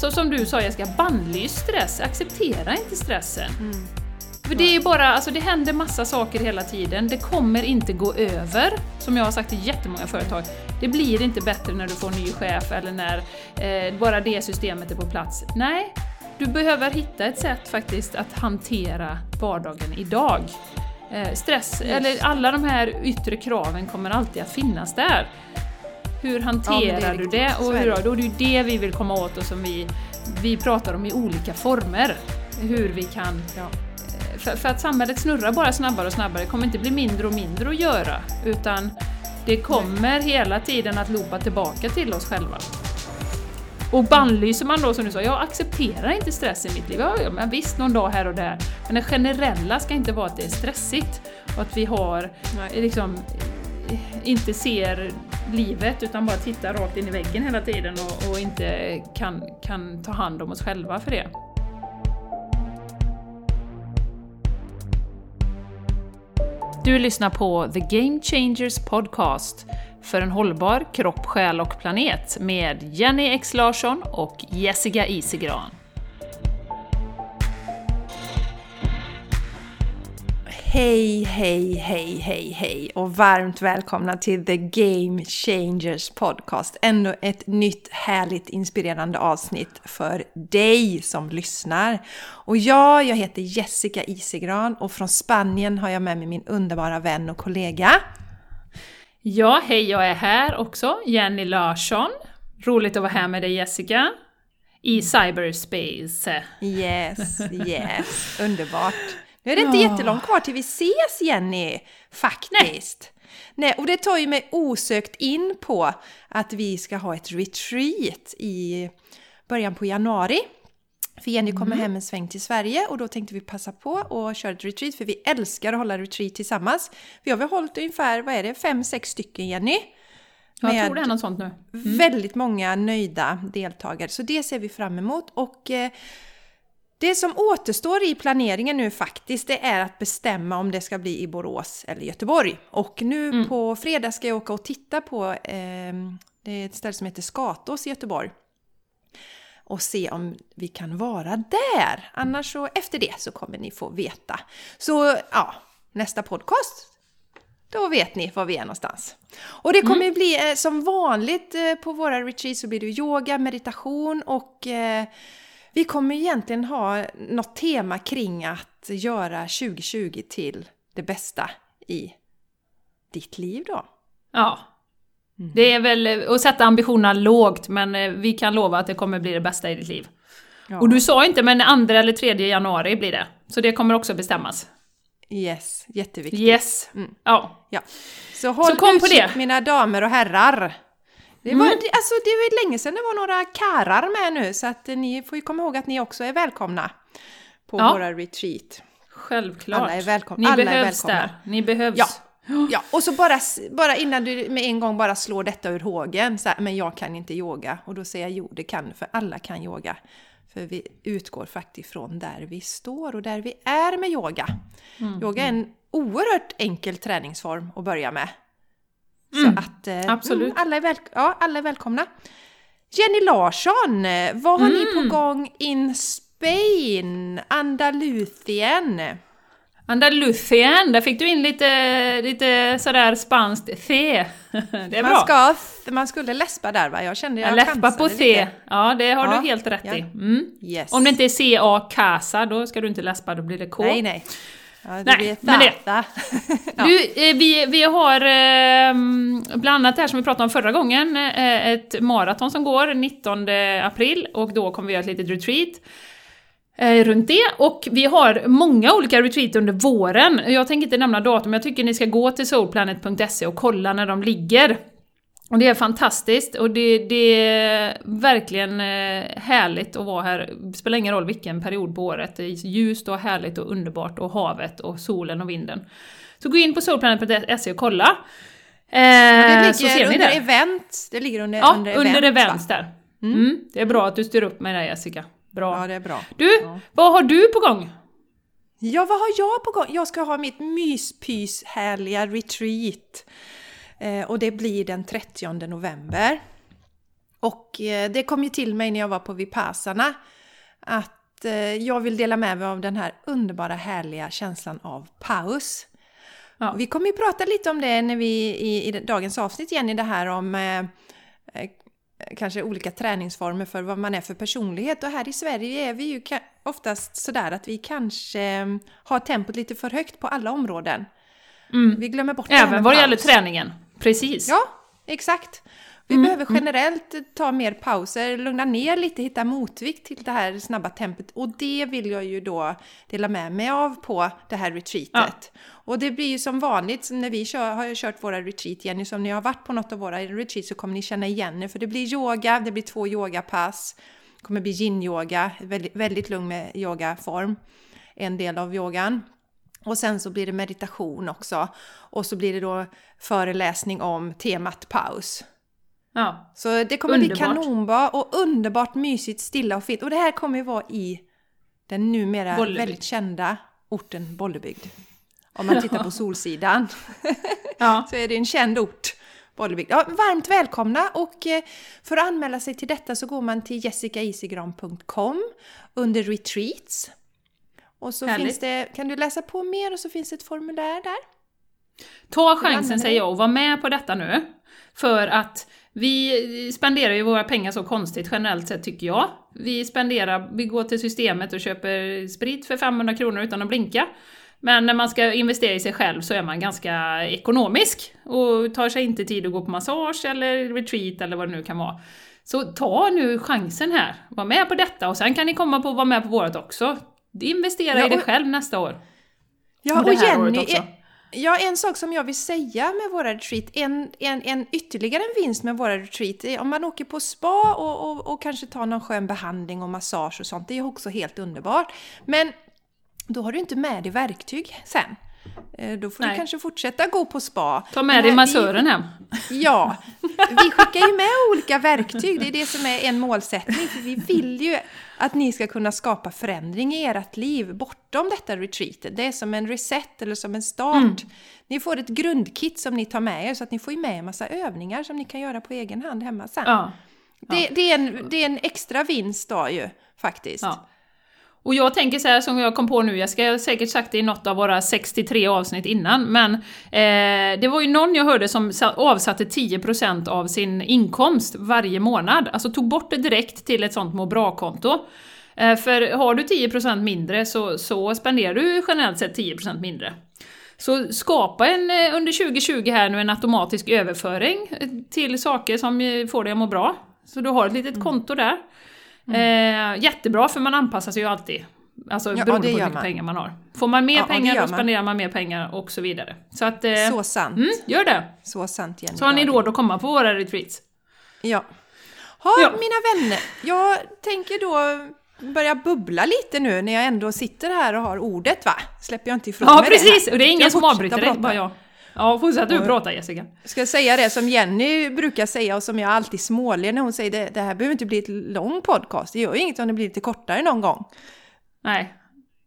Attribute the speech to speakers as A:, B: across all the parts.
A: så som du sa, jag ska bannlys stress. Acceptera inte stressen. För det är ju bara, alltså det händer massa saker hela tiden. Det kommer inte gå över, som jag har sagt till jättemånga företag. Det blir inte bättre när du får en ny chef eller när bara det systemet är på plats. Nej, du behöver hitta ett sätt faktiskt att hantera vardagen idag. Stress, eller alla de här yttre kraven kommer alltid att finnas där. Hur hanterar du det? Och då är det ju det vi vill komma åt och som vi pratar om i olika former. Hur vi kan... För att samhället snurrar bara snabbare och snabbare. Det kommer inte bli mindre och mindre att göra. Utan det kommer hela tiden att loopa tillbaka till oss själva. Och bannlyser man då, som du sa, jag accepterar inte stress i mitt liv. Ja, men visst, någon dag här och där. Men det generella ska inte vara att det är stressigt. Och att vi har liksom... inte ser livet utan bara tittar rakt in i väggen hela tiden och inte kan ta hand om oss själva för det. Du lyssnar på The Game Changers Podcast för en hållbar kropp, själ och planet med Jenny X. Larsson och Jessica Isegran.
B: Hej och varmt välkomna till The Game Changers Podcast. Ännu ett nytt härligt inspirerande avsnitt för dig som lyssnar. Och jag heter Jessica Isegran och från Spanien har jag med mig min underbara vän och kollega.
A: Ja, hej, jag är här också, Jenny Larsson. Roligt att vara här med dig, Jessica. I cyberspace.
B: Yes, underbart. Nu är det inte jättelångt kvar till vi ses, Jenny, faktiskt. Nej, och det tar ju mig osökt in på att vi ska ha ett retreat i början på januari. För Jenny kommer hem en sväng till Sverige och då tänkte vi passa på och köra ett retreat. För vi älskar att hålla retreat tillsammans. Vi har väl hållit ungefär, 5-6 stycken, Jenny?
A: Jag tror det är något sånt nu.
B: Väldigt många nöjda deltagare. Så det ser vi fram emot. Och... det som återstår i planeringen nu faktiskt, det är att bestämma om det ska bli i Borås eller Göteborg. Och nu på fredag ska jag åka och titta på det är ett ställe som heter Skatås i Göteborg. Och se om vi kan vara där. Annars så efter det så kommer ni få veta. Så ja, nästa podcast, då vet ni var vi är någonstans. Och det kommer bli som vanligt på våra retreats så blir det yoga, meditation och... vi kommer egentligen ha något tema kring att göra 2020 till det bästa i ditt liv då.
A: Ja, det är väl att sätta ambitionerna lågt, men vi kan lova att det kommer bli det bästa i ditt liv. Ja. Och du sa inte, men 2 eller 3 januari blir det. Så det kommer också bestämmas.
B: Yes, jätteviktigt.
A: Yes, ja.
B: Så håll
A: kom på
B: utkik,
A: det.
B: mina damer och herrar. Det var länge sedan det var några karar med nu, så att ni får ju komma ihåg att ni också är välkomna på våra retreat.
A: Självklart.
B: Alla är välkomna.
A: Ni behövs där. Ni behövs.
B: Ja, och så bara innan du med en gång bara slår detta ur hågen, så här, men jag kan inte yoga. Och då säger jag, jo det kan, för alla kan yoga. För vi utgår faktiskt från där vi står och där vi är med yoga. Yoga är en oerhört enkel träningsform att börja med. Så att
A: absolut.
B: Alla är välkomna. Jenny Larsson, vad har ni på gång in Spain? Andalusien, där fick du in lite sådär spanskt the. Det är bra. Man skulle läspa där, va? Jag kände jag
A: läspa på the.
B: Lite.
A: Ja, det har du helt rätt i.
B: Yes.
A: Om det inte är C-A casa, då ska du inte läspa, då blir det K.
B: Nej. Ja,
A: Nej, men det. Du, vi har bland annat det här som vi pratade om förra gången, ett maraton som går 19 april och då kommer vi göra ett litet retreat runt det. Och vi har många olika retreat under våren. Jag tänker inte nämna datum, jag tycker ni ska gå till soulplanet.se och kolla när de ligger. Och det är fantastiskt och det är verkligen härligt att vara här. Det spelar ingen roll vilken period på året. Det är ljust och härligt och underbart och havet och solen och vinden. Så gå in på soulplanet.se och kolla.
B: Det ligger
A: så ser
B: under
A: ni
B: event. Det ligger under
A: event där. Det är bra att du styr upp med det, Jessica. Bra.
B: Ja, det är bra.
A: Du, vad har du på gång?
B: Ja, vad har jag på gång? Jag ska ha mitt myspys härliga retreat. Och det blir den 30 november. Och det kom ju till mig när jag var på Vipassana att jag vill dela med mig av den här underbara härliga känslan av paus. Ja. Vi kommer ju prata lite om det när vi i dagens avsnitt, Jenny, det här om kanske olika träningsformer för vad man är för personlighet. Och här i Sverige är vi ju oftast sådär att vi kanske har tempot lite för högt på alla områden. Vi glömmer bort
A: även vad det gäller träningen. Precis.
B: Ja, exakt. Vi behöver generellt ta mer pauser, lugna ner lite, hitta motvikt till det här snabba tempot. Och det vill jag ju då dela med mig av på det här retreatet. Ja. Och det blir ju som vanligt när vi har kört våra retreat, Jenny, som ni har varit på något av våra retreat så kommer ni känna igen er. För det blir yoga, det blir 2 yogapass, det kommer bli yin-yoga, väldigt, väldigt lugn med yogaform, en del av yogan. Och sen så blir det meditation också. Och så blir det då föreläsning om temat paus.
A: Ja,
B: så det kommer bli kanonbra och underbart mysigt, stilla och fint. Och det här kommer ju vara i den numera väldigt kända orten Bollebygd. Om man tittar på Solsidan så är det en känd ort, Bollebygd. Ja, varmt välkomna, och för att anmäla sig till detta så går man till jessicaisigran.com under retreats. Och så finns det, kan du läsa på mer, och så finns det ett formulär där.
A: Ta chansen, säger jag, och var med på detta nu. För att vi spenderar ju våra pengar så konstigt generellt sett, tycker jag. Vi går till systemet och köper sprit för 500 kronor utan att blinka. Men när man ska investera i sig själv så är man ganska ekonomisk och tar sig inte tid att gå på massage eller retreat eller vad det nu kan vara. Så ta nu chansen här. Var med på detta, och sen kan ni komma på att vara med på vårat också. Investera i dig själv nästa år.
B: Ja, och Jenny, en sak som jag vill säga med våra retreat, en ytterligare en vinst med våra retreat, om man åker på spa och kanske tar någon skön behandling och massage och sånt, det är också helt underbart. Men då har du inte med dig verktyg sen. Då får du kanske fortsätta gå på spa.
A: Ta med dig massören hem.
B: Ja, vi skickar ju med olika verktyg. Det är det som är en målsättning. För vi vill ju att ni ska kunna skapa förändring i ert liv bortom detta retreatet. Det är som en reset eller som en start. Ni får ett grundkit som ni tar med er, så att ni får ju med en massa övningar som ni kan göra på egen hand hemma sen. Ja. Det är en extra vinst då ju, faktiskt. Ja.
A: Och jag tänker så här som jag kom på nu, jag ska säkert sagt det i något av våra 63 avsnitt innan, men det var ju någon jag hörde som avsatte 10% av sin inkomst varje månad. Alltså tog bort det direkt till ett sånt må bra-konto. För har du 10% mindre så spenderar du generellt sett 10% mindre. Så skapa under 2020 här nu en automatisk överföring till saker som får dig att må bra. Så du har ett litet konto där. Jättebra, för man anpassar sig ju alltid. Alltså beroende på hur mycket pengar man har. Får man mer pengar, då spenderar man mer pengar och så vidare. Så att,
B: så sant.
A: Gör det.
B: Så sant, Jenny.
A: Så har ni råd att komma på våra retreats.
B: Ja. Mina vänner, jag tänker då börja bubbla lite nu när jag ändå sitter här och har ordet, va? Släpper jag inte ifrån mig.
A: Ja, precis. Och det är ingen som avbryter dig, bara jag. Ja, fortsätt du prata, Jessica.
B: Ska jag säga det som Jenny brukar säga och som jag alltid småler när hon säger det här behöver inte bli ett lång podcast. Det gör ju inget om det blir lite kortare någon gång.
A: Nej.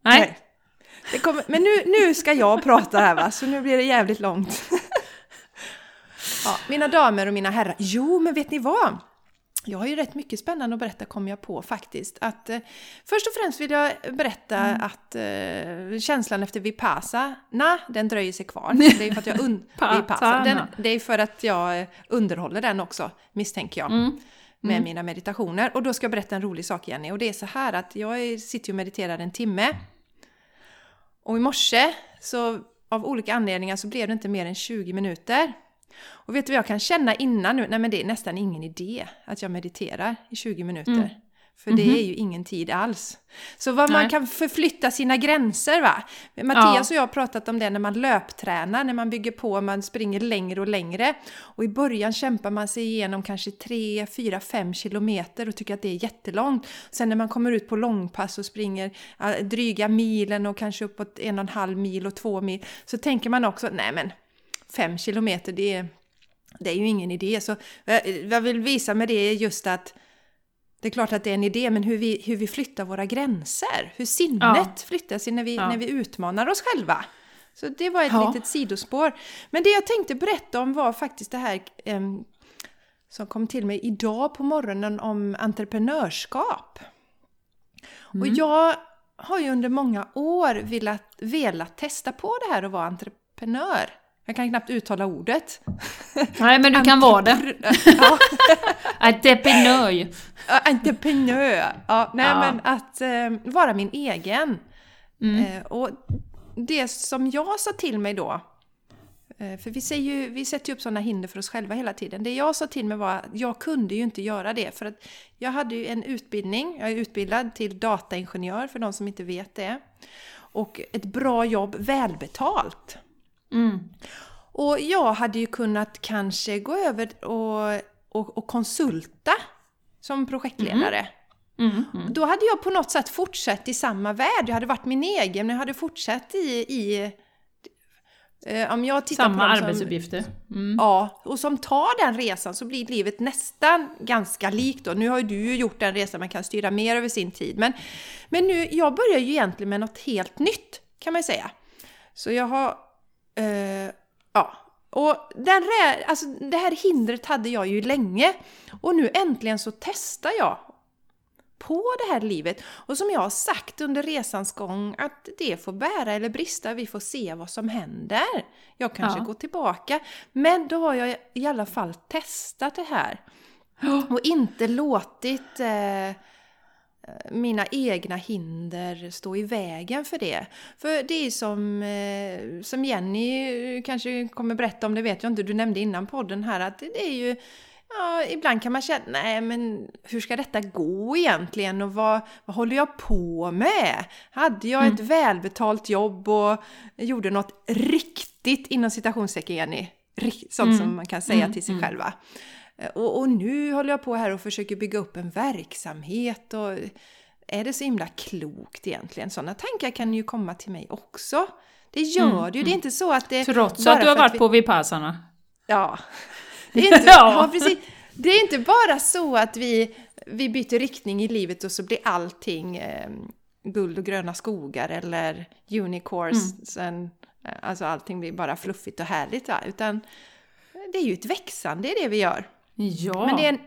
B: Men nu ska jag prata här, va? Så nu blir det jävligt långt. Ja, mina damer och mina herrar. Jo, men vet ni vad? Jag har ju rätt mycket spännande att berätta, kom jag på faktiskt. Att, först och främst vill jag berätta att känslan efter Vipassana, den dröjer sig kvar. Det är för att jag det är för att jag underhåller den också, misstänker jag. Med mina meditationer. Och då ska jag berätta en rolig sak, Jenny. Och det är så här att jag sitter och mediterar 1 timme. Och i morse, så av olika anledningar, så blev det inte mer än 20 minuter. Och vet du vad jag kan känna innan nu? Nej, men det är nästan ingen idé att jag mediterar i 20 minuter. För det är ju ingen tid alls. Så vad man kan förflytta sina gränser, va? Mattias och jag har pratat om det när man löptränar, när man bygger på, man springer längre och längre. Och i början kämpar man sig igenom kanske 3, 4, 5 kilometer och tycker att det är jättelångt. Sen när man kommer ut på långpass och springer dryga milen och kanske uppåt 1,5 mil och 2 mil, så tänker man också, nej men 5 kilometer, det är ju ingen idé. Så jag vill visa med det är just att det är klart att det är en idé, men hur vi flyttar våra gränser. Hur sinnet flyttar sig när vi utmanar oss själva. Så det var ett litet sidospår. Men det jag tänkte berätta om var faktiskt det här som kom till mig idag på morgonen om entreprenörskap. Och jag har ju under många år velat testa på det här att vara entreprenör. Jag kan knappt uttala ordet.
A: Nej, men du kan vara det.
B: Ja.
A: Entreprenör.
B: Entreprenör. Ja, nej, men att vara min egen. Och det som jag sa till mig då, för vi sätter ju upp sådana hinder för oss själva hela tiden. Det jag sa till mig var att jag kunde ju inte göra det. För att jag hade ju en utbildning. Jag är utbildad till dataingenjör för de som inte vet det. Och ett bra jobb, välbetalt. Och jag hade ju kunnat kanske gå över och konsulta som projektledare. Då hade jag på något sätt fortsatt i samma värld. Jag hade varit min egen, men jag hade fortsatt i om jag tittar
A: samma
B: på
A: arbetsuppgifter.
B: Ja, och som tar den resan så blir livet nästan ganska likt då. Nu har ju du ju gjort den resan, man kan styra mer över sin tid. Men nu, jag börjar ju egentligen med något helt nytt, kan man säga. Så jag har... Och det här hindret hade jag ju länge. Och nu äntligen så testar jag på det här livet. Och som jag har sagt under resans gång, att det får bära eller brista. Vi får se vad som händer. Jag kanske går tillbaka. Men då har jag i alla fall testat det här. Och inte låtit mina egna hinder stå i vägen för det. För det är som Jenny kanske kommer berätta om, det vet jag inte, du nämnde innan podden här, att det är ju, ibland kan man känna, nej men hur ska detta gå egentligen, och vad håller jag på med? Hade jag ett välbetalt jobb och gjorde något riktigt, inom citationstecken Jenny, sånt som man kan säga till sig själva. Och nu håller jag på här och försöker bygga upp en verksamhet, och är det så himla klokt egentligen? Sådana tankar kan ju komma till mig också. Det gör det ju, det är inte så att det...
A: Trots att du har varit på Vipassana.
B: Ja, det är inte, precis. Det är inte bara så att vi byter riktning i livet och så blir allting guld och gröna skogar eller unicorns. Alltså allting blir bara fluffigt och härligt, va? Utan det är ju ett växande, det är det vi gör.
A: Ja,
B: men det är en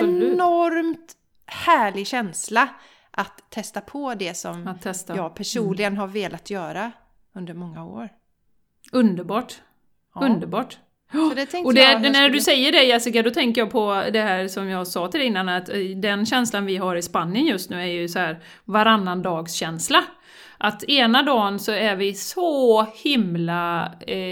B: enormt härlig känsla att testa på det som jag personligen har velat göra under många år.
A: Underbart.
B: Ja.
A: Underbart.
B: Och
A: när du säger det, Jessica, då tänker jag på det här som jag sa till dig innan, att den känslan vi har i Spanien just nu är ju så här varannan dags känsla. Att ena dagen så är vi så himla,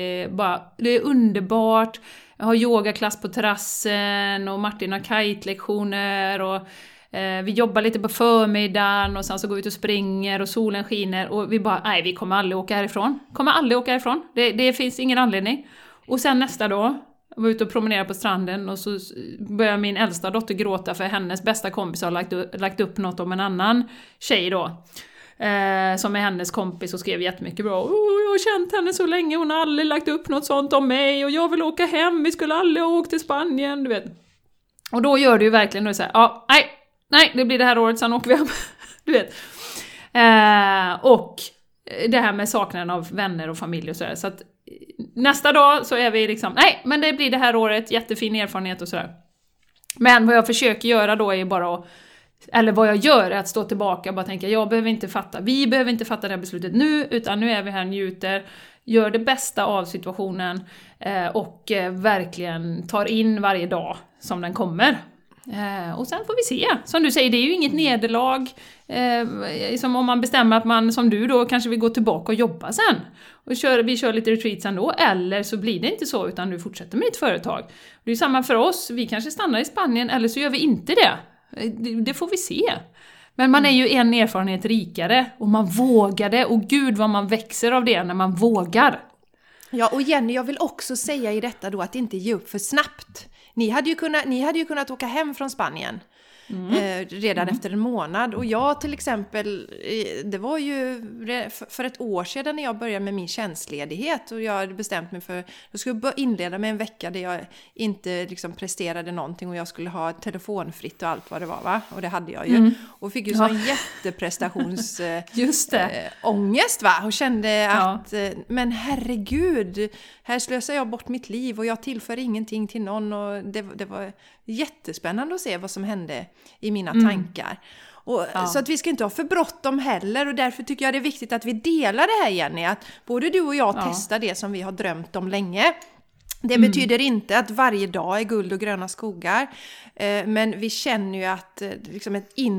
A: det är underbart. Jag har yogaklass på terrassen och Martin har kite-lektioner och vi jobbar lite på förmiddagen och sen så går vi ut och springer och solen skiner och vi bara, nej, vi kommer aldrig åka härifrån. Det finns ingen anledning. Och sen nästa dag var ute och promenerade på stranden och så börjar min äldsta dotter gråta för hennes bästa kompis har lagt upp något om en annan tjej då. Som är hennes kompis och skrev jättemycket bra. Jag har känt henne så länge, hon har aldrig lagt upp något sånt om mig och jag vill åka hem, vi skulle aldrig åka till Spanien, du vet. Och då gör du ju verkligen då så här, nej, det blir det här året, sen åker vi hem, du vet. Och det här med saknaden av vänner och familj och sådär. Så att nästa dag så är vi liksom, nej, men det blir det här året, jättefin erfarenhet och sådär. Men vad jag försöker göra då är ju bara vad jag gör är att stå tillbaka och bara tänka, vi behöver inte fatta det här beslutet nu, utan nu är vi här, njuter, gör det bästa av situationen och verkligen tar in varje dag som den kommer. Och sen får vi se. Som du säger, det är ju inget nederlag. Som om man bestämmer att man, som du då, kanske vill gå tillbaka och jobba sen. Och vi kör lite retreats ändå. Eller så blir det inte så, utan du fortsätter med ditt företag. Det är samma för oss. Vi kanske stannar i Spanien, eller så gör vi inte det. Det får vi se. Men man är ju en erfarenhet rikare. Och man vågar det. Och gud vad man växer av det när man vågar.
B: Ja, och Jenny, jag vill också säga i detta då att inte ge upp för snabbt. Ni hade ju kunnat åka hem från Spanien redan efter en månad. Och jag till exempel, det var ju för ett år sedan när jag började med min tjänstledighet. Och jag hade bestämt mig för, jag skulle inleda med en vecka där jag inte liksom presterade någonting. Och jag skulle ha telefonfritt och allt vad det var, va? Och det hade jag ju. Och fick ju sån jätteprestations ångest, va? Och kände att, men herregud, här slösar jag bort mitt liv och jag tillför ingenting till någon. Och det var jättespännande att se vad som hände i mina tankar. Så att vi ska inte ha för bråttom heller, och därför tycker jag det är viktigt att vi delar det här, Jenny, att både du och jag testar det som vi har drömt om länge. Det betyder inte att varje dag är guld och gröna skogar, men vi känner ju att liksom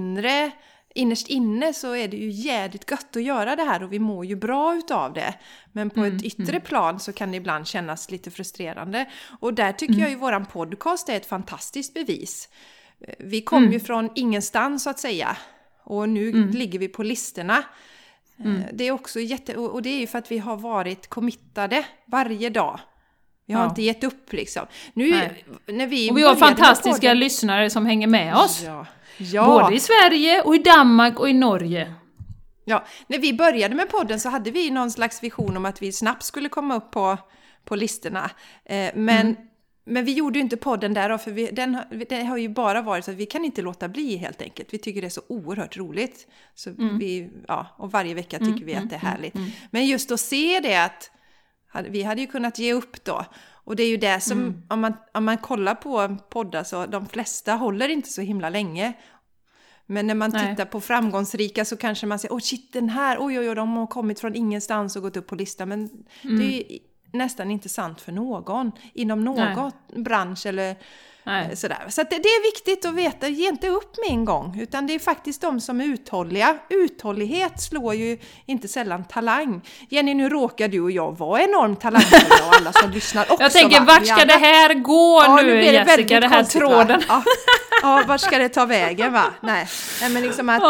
B: innerst inne så är det ju jävligt gött att göra det här, och vi mår ju bra utav det. Men på ett yttre plan så kan det ibland kännas lite frustrerande. Och där tycker jag ju våran podcast är ett fantastiskt bevis. Vi kom ju från ingenstans så att säga, och nu ligger vi på listorna. Det är också och det är ju för att vi har varit committade varje dag. Vi har inte gett upp liksom. När
A: och vi har fantastiska lyssnare som hänger med oss.
B: Ja.
A: Både i Sverige och i Danmark och i Norge.
B: Ja, när vi började med podden så hade vi någon slags vision om att vi snabbt skulle komma upp på listorna. Men vi gjorde ju inte podden där, för det har ju bara varit så att vi kan inte låta bli helt enkelt. Vi tycker det är så oerhört roligt. Så och varje vecka tycker vi att det är härligt. Men just att se det att vi hade ju kunnat ge upp då. Och det är ju det som, om man kollar på poddar så de flesta håller inte så himla länge. Men när man tittar på framgångsrika så kanske man säger, shit, den här, oj, de har kommit från ingenstans och gått upp på listan. Men det är ju nästan inte sant för någon inom någon bransch eller sådär. Så att det är viktigt att veta, ge inte upp med en gång, utan det är faktiskt de som är uthålliga. Uthållighet slår ju inte sällan talang. Jenny, nu råkar du och jag vara enormt talangfulla, och alla som lyssnar också.
A: Jag tänker, vart ska det här gå nu Jessica, det här konstigt, tråden?
B: Vart ska det ta vägen, va? Nej men liksom att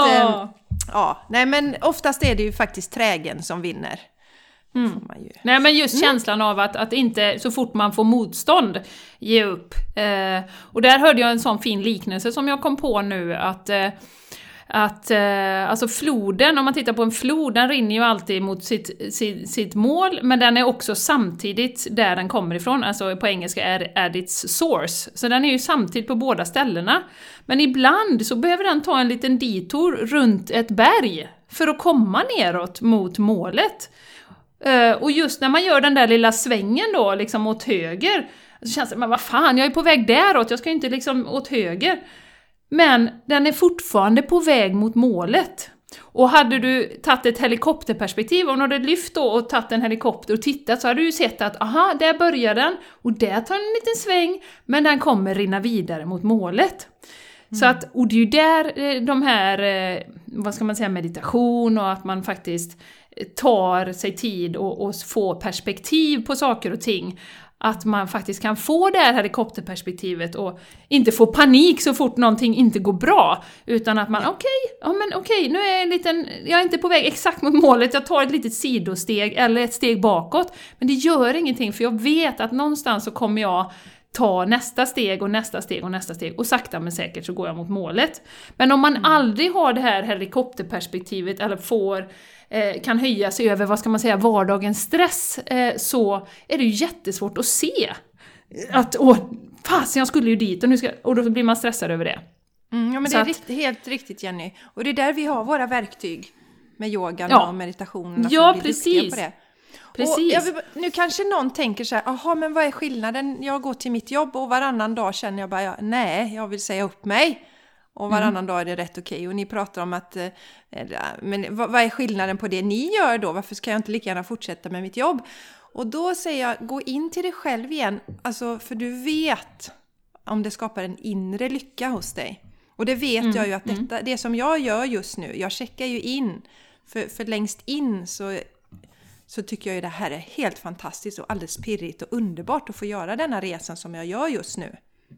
B: nej men oftast är det ju faktiskt trägen som vinner.
A: Nej, men just känslan av att inte så fort man får motstånd ge upp. Och där hörde jag en sån fin liknelse som jag kom på nu, att alltså floden, om man tittar på en flod, den rinner ju alltid mot sitt mål, men den är också samtidigt där den kommer ifrån, alltså på engelska är its source, så den är ju samtidigt på båda ställena, men ibland så behöver den ta en liten detour runt ett berg för att komma neråt mot målet. Och just när man gör den där lilla svängen då liksom åt höger, så känns det, men vad fan, jag är på väg däråt, jag ska inte liksom åt höger. Men den är fortfarande på väg mot målet. Och hade du tagit ett helikopterperspektiv, om du hade lyft då och tagit en helikopter och tittat, så hade du sett att där börjar den och där tar den en liten sväng, men den kommer rinna vidare mot målet. Så att, och det är ju där de här, vad ska man säga, meditation och att man faktiskt tar sig tid och får perspektiv på saker och ting. Att man faktiskt kan få det här helikopterperspektivet och inte få panik så fort någonting inte går bra. Utan att man, okej, nu är jag är inte på väg exakt mot målet, jag tar ett litet sidosteg eller ett steg bakåt. Men det gör ingenting, för jag vet att någonstans så kommer jag ta nästa steg och nästa steg och nästa steg, och sakta men säkert så går jag mot målet. Men om man aldrig har det här helikopterperspektivet eller kan höja sig över, vad ska man säga, vardagens stress, så är det ju jättesvårt att se att fasen, jag skulle ju dit och då blir man stressad över det.
B: Ja, men det är helt riktigt, Jenny. Och det är där vi har våra verktyg med yogan och meditationen.
A: Ja, precis. På det.
B: Precis. Nu kanske någon tänker så här, men vad är skillnaden? Jag går till mitt jobb och varannan dag känner jag bara, nej, jag vill säga upp mig. Och varannan dag är det rätt okej. Och ni pratar om att, men vad är skillnaden på det ni gör då? Varför ska jag inte lika gärna fortsätta med mitt jobb? Och då säger jag, gå in till dig själv igen. Alltså, för du vet om det skapar en inre lycka hos dig. Och det vet jag ju att det som jag gör just nu, jag checkar ju in. För längst in så tycker jag ju det här är helt fantastiskt och alldeles pirrigt och underbart att få göra denna resan som jag gör just nu.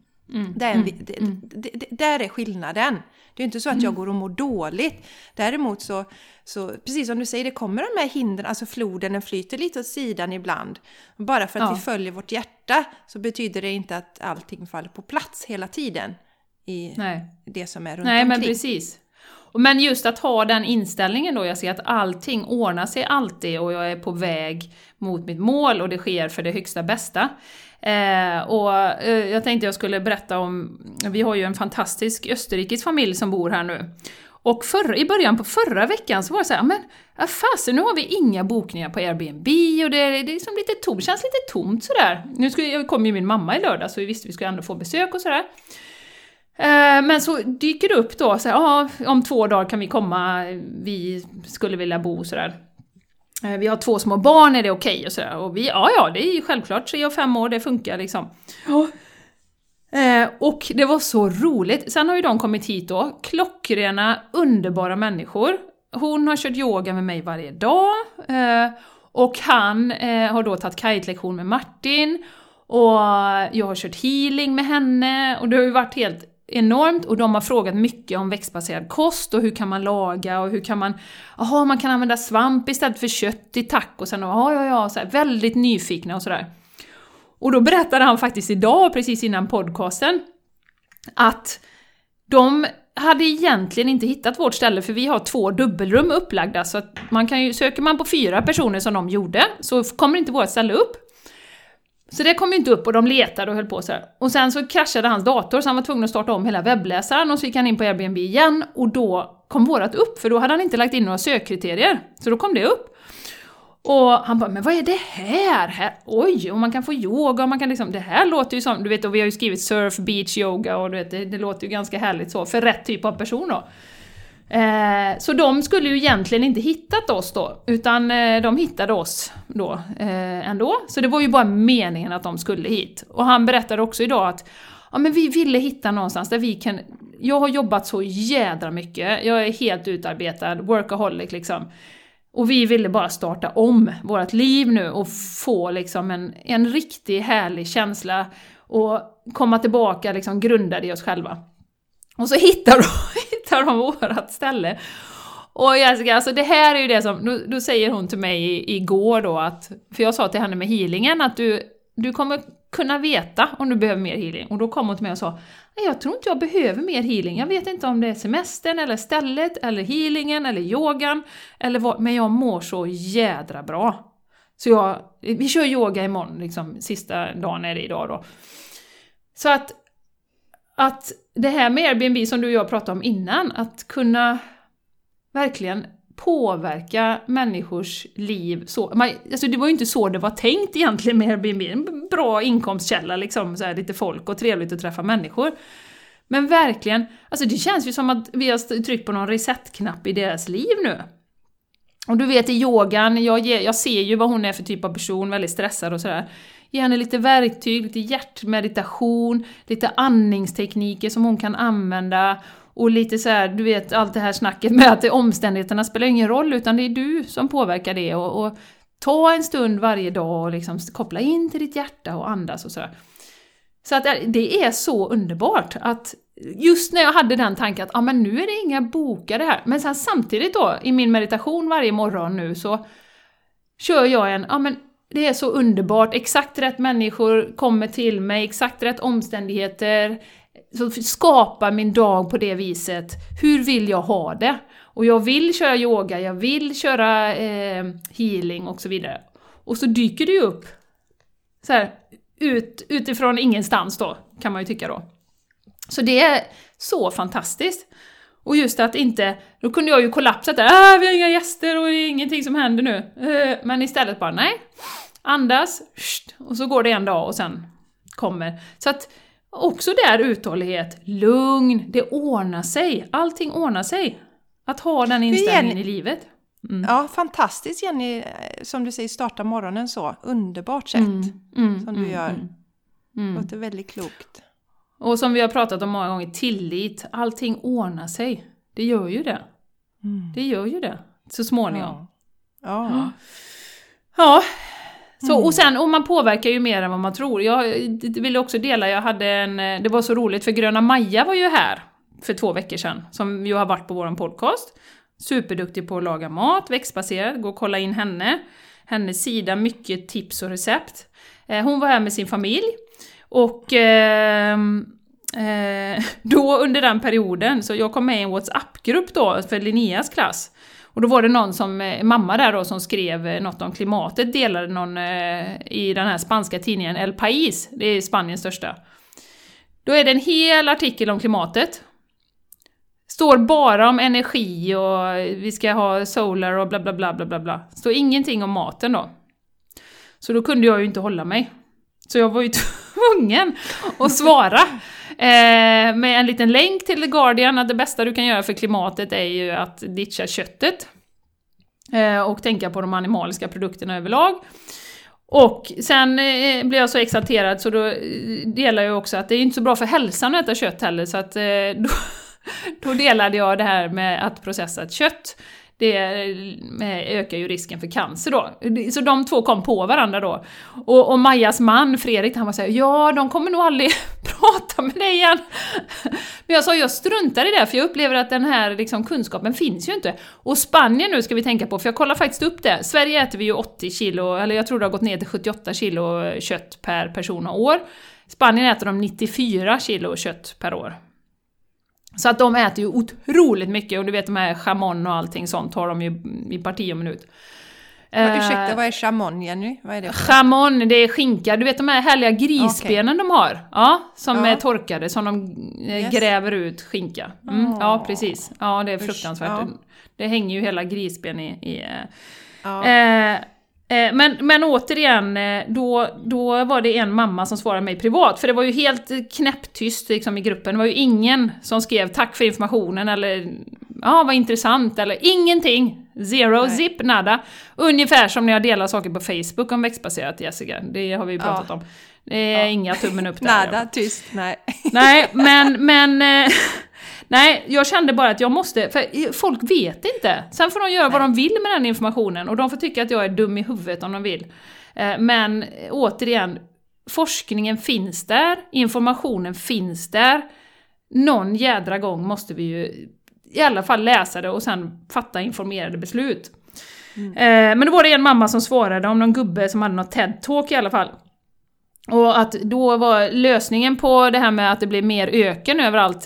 B: Där är skillnaden. Det är inte så att jag går och mår dåligt. Däremot så precis som du säger, det kommer de här hindren, alltså floden, den flyter lite åt sidan ibland. Bara för att vi följer vårt hjärta så betyder det inte att allting faller på plats hela tiden i det som är runt omkring.
A: Men precis. Men just att ha den inställningen då, jag ser att allting ordnar sig alltid och jag är på väg mot mitt mål och det sker för det högsta bästa. Och jag tänkte jag skulle berätta om, vi har ju en fantastisk österrikisk familj som bor här nu. Och i början på förra veckan så var det så här, men fasen, nu har vi inga bokningar på Airbnb och det är liksom lite känns lite tomt sådär. Nu kom ju min mamma i lördag så vi visste vi skulle ändå få besök och sådär. Men så dyker det upp då, så här, om 2 dagar kan vi komma, vi skulle vilja bo sådär. Vi har 2 små barn, är det okej? Och sådär. Och vi, ja, det är ju självklart, 3 och 5 år, det funkar liksom. Och det var så roligt. Sen har ju de kommit hit då, klockrena, underbara människor. Hon har kört yoga med mig varje dag. Och han har då tagit kite-lektion med Martin. Och jag har kört healing med henne. Och det har ju varit helt enormt. Och de har frågat mycket om växtbaserad kost. Och hur kan man laga. Och hur kan man... man kan använda svamp istället för kött i tacosen. Och så här, väldigt nyfikna och sådär. Och då berättade han faktiskt idag, precis innan podcasten, att de hade egentligen inte hittat vårt ställe, för vi har 2 dubbelrum upplagda, så att man kan ju, söker man på 4 personer som de gjorde, så kommer inte vårt ställe upp. Så det kom inte upp och de letade och höll på så här. Och sen så kraschade hans dator, så han var tvungen att starta om hela webbläsaren, och så gick han in på Airbnb igen, och då kom vårat upp, för då hade han inte lagt in några sökkriterier. Så då kom det upp. Och han bara, men vad är det här? Oj, och man kan få yoga, och man kan liksom, det här låter ju som, du vet, och vi har ju skrivit surf, beach, yoga, och du vet, det låter ju ganska härligt så, för rätt typ av person då. Så de skulle ju egentligen inte hittat oss då, utan de hittade oss då ändå. Så det var ju bara meningen att de skulle hit. Och han berättade också idag att men vi ville hitta någonstans där vi kan, jag har jobbat så jädra mycket, jag är helt utarbetad, workaholic liksom. Och vi ville bara starta om vårt liv nu och få liksom en riktigt härlig känsla och komma tillbaka liksom grundade i oss själva. Och så hittar de vårat ställe. Och Jessica, alltså det här är ju det som, då säger hon till mig igår då att, för jag sa till henne med healingen att du kommer kunna veta om du behöver mer healing. Och då kom hon till mig och sa, jag tror inte jag behöver mer healing. Jag vet inte om det är semestern eller stället eller healingen eller yogan eller vad, men jag mår så jädra bra. Så vi kör yoga imorgon, liksom sista dagen är det idag då. Så att det här med Airbnb som du och jag pratade om innan, att kunna verkligen påverka människors liv så. Alltså det var ju inte så det var tänkt egentligen med Airbnb. En bra inkomstkälla, liksom, så här, lite folk och trevligt att träffa människor. Men verkligen, alltså det känns ju som att vi har tryckt på någon reset-knapp i deras liv nu. Och du vet i yogan, jag ser ju vad hon är för typ av person, väldigt stressad och sådär. Ge henne lite verktyg, lite hjärtmeditation, lite andningstekniker som hon kan använda. Och lite så här, du vet, allt det här snacket med att omständigheterna spelar ingen roll, utan det är du som påverkar det. Och ta en stund varje dag och liksom koppla in till ditt hjärta och andas och sådär. Så att det är så underbart att just när jag hade den tanken att men nu är det inga bokade här. Men sen samtidigt då, i min meditation varje morgon nu så kör jag men det är så underbart, exakt rätt människor kommer till mig, exakt rätt omständigheter. Så skapa min dag på det viset. Hur vill jag ha det? Och jag vill köra yoga, jag vill köra healing och så vidare. Och så dyker det upp så här, utifrån ingenstans då, kan man ju tycka då. Så det är så fantastiskt. Och just att inte, då kunde jag ju kollapsa där, vi har inga gäster och det är ingenting som händer nu. Men istället bara, nej, andas, och så går det en dag och sen kommer. Så att också där uthållighet, lugn, det ordnar sig. Allting ordnar sig. Att ha den inställningen i livet. Mm.
B: Ja, fantastiskt Jenny, som du säger, starta morgonen så. Underbart sätt som du gör. Det låter väldigt klokt.
A: Och som vi har pratat om många gånger, tillit. Allting ordnar sig. Det gör ju det. Det gör ju det. Så småningom. Ja. Så, och man påverkar ju mer än vad man tror. Jag vill också dela, det var så roligt för Gröna Maja var ju här för 2 veckor sedan, som ju har varit på våran podcast. Superduktig på att laga mat, växtbaserad, gå och kolla in hennes sida, mycket tips och recept. Hon var här med sin familj och då under den perioden, så jag kom med i en WhatsApp-grupp då för Linneas klass. Och då var det någon mamma där då som skrev något om klimatet, delade någon i den här spanska tidningen El País, det är Spaniens största. Då är det en hel artikel om klimatet. Står bara om energi och vi ska ha solar och bla bla bla bla bla bla. Står ingenting om maten då. Så då kunde jag ju inte hålla mig. Så jag var ju tvungen att svara Med en liten länk till The Guardian att det bästa du kan göra för klimatet är ju att ditcha köttet. Och tänka på de animaliska produkterna överlag. Och sen blev jag så exalterad så då delar jag också att det är inte så bra för hälsan att äta kött heller. Så att då delade jag det här med att processa ett kött. Det ökar ju risken för cancer då. Så de två kom på varandra då. Och Majas man, Fredrik, han var såhär, ja, de kommer nog aldrig prata med dig igen. Men jag sa, jag struntar i det, för jag upplever att den här liksom, kunskapen finns ju inte. Och Spanien nu ska vi tänka på, för jag kollar faktiskt upp det. Sverige äter vi ju 80 kilo, eller jag tror det har gått ner till 78 kilo kött per person och år. Spanien äter de 94 kilo kött per år. Så att de äter ju otroligt mycket, och du vet de här chamon och allting sånt tar de ju i parti och minut.
B: Ursäkta, vad är chamon, Jenny? Vad är det?
A: Chamon, det är skinka. Du vet de här härliga grisbenen de har. Ja, som är torkade, som de gräver ut skinka. Ja, precis. Ja, det är fruktansvärt. Ja. Det hänger ju hela grisben i men återigen, då var det en mamma som svarade mig privat. För det var ju helt knäpptyst liksom, i gruppen. Det var ju ingen som skrev tack för informationen eller vad intressant eller ingenting. Zero, zip, nada. Ungefär som när jag delar saker på Facebook om växtbaserat, Jessica. Det har vi ju pratat om. Det är inga tummen upp där.
B: Nada, tyst, nej.
A: Nej, men nej, jag kände bara att jag måste, för folk vet inte. Sen får de göra vad de vill med den informationen, och de får tycka att jag är dum i huvudet om de vill. Men återigen, forskningen finns där, informationen finns där. Någon jädra gång måste vi ju i alla fall läsa det och sen fatta informerade beslut. Men då var det en mamma som svarade om någon gubbe som hade något TED-talk i alla fall. Och att då var lösningen på det här med att det blir mer öken överallt,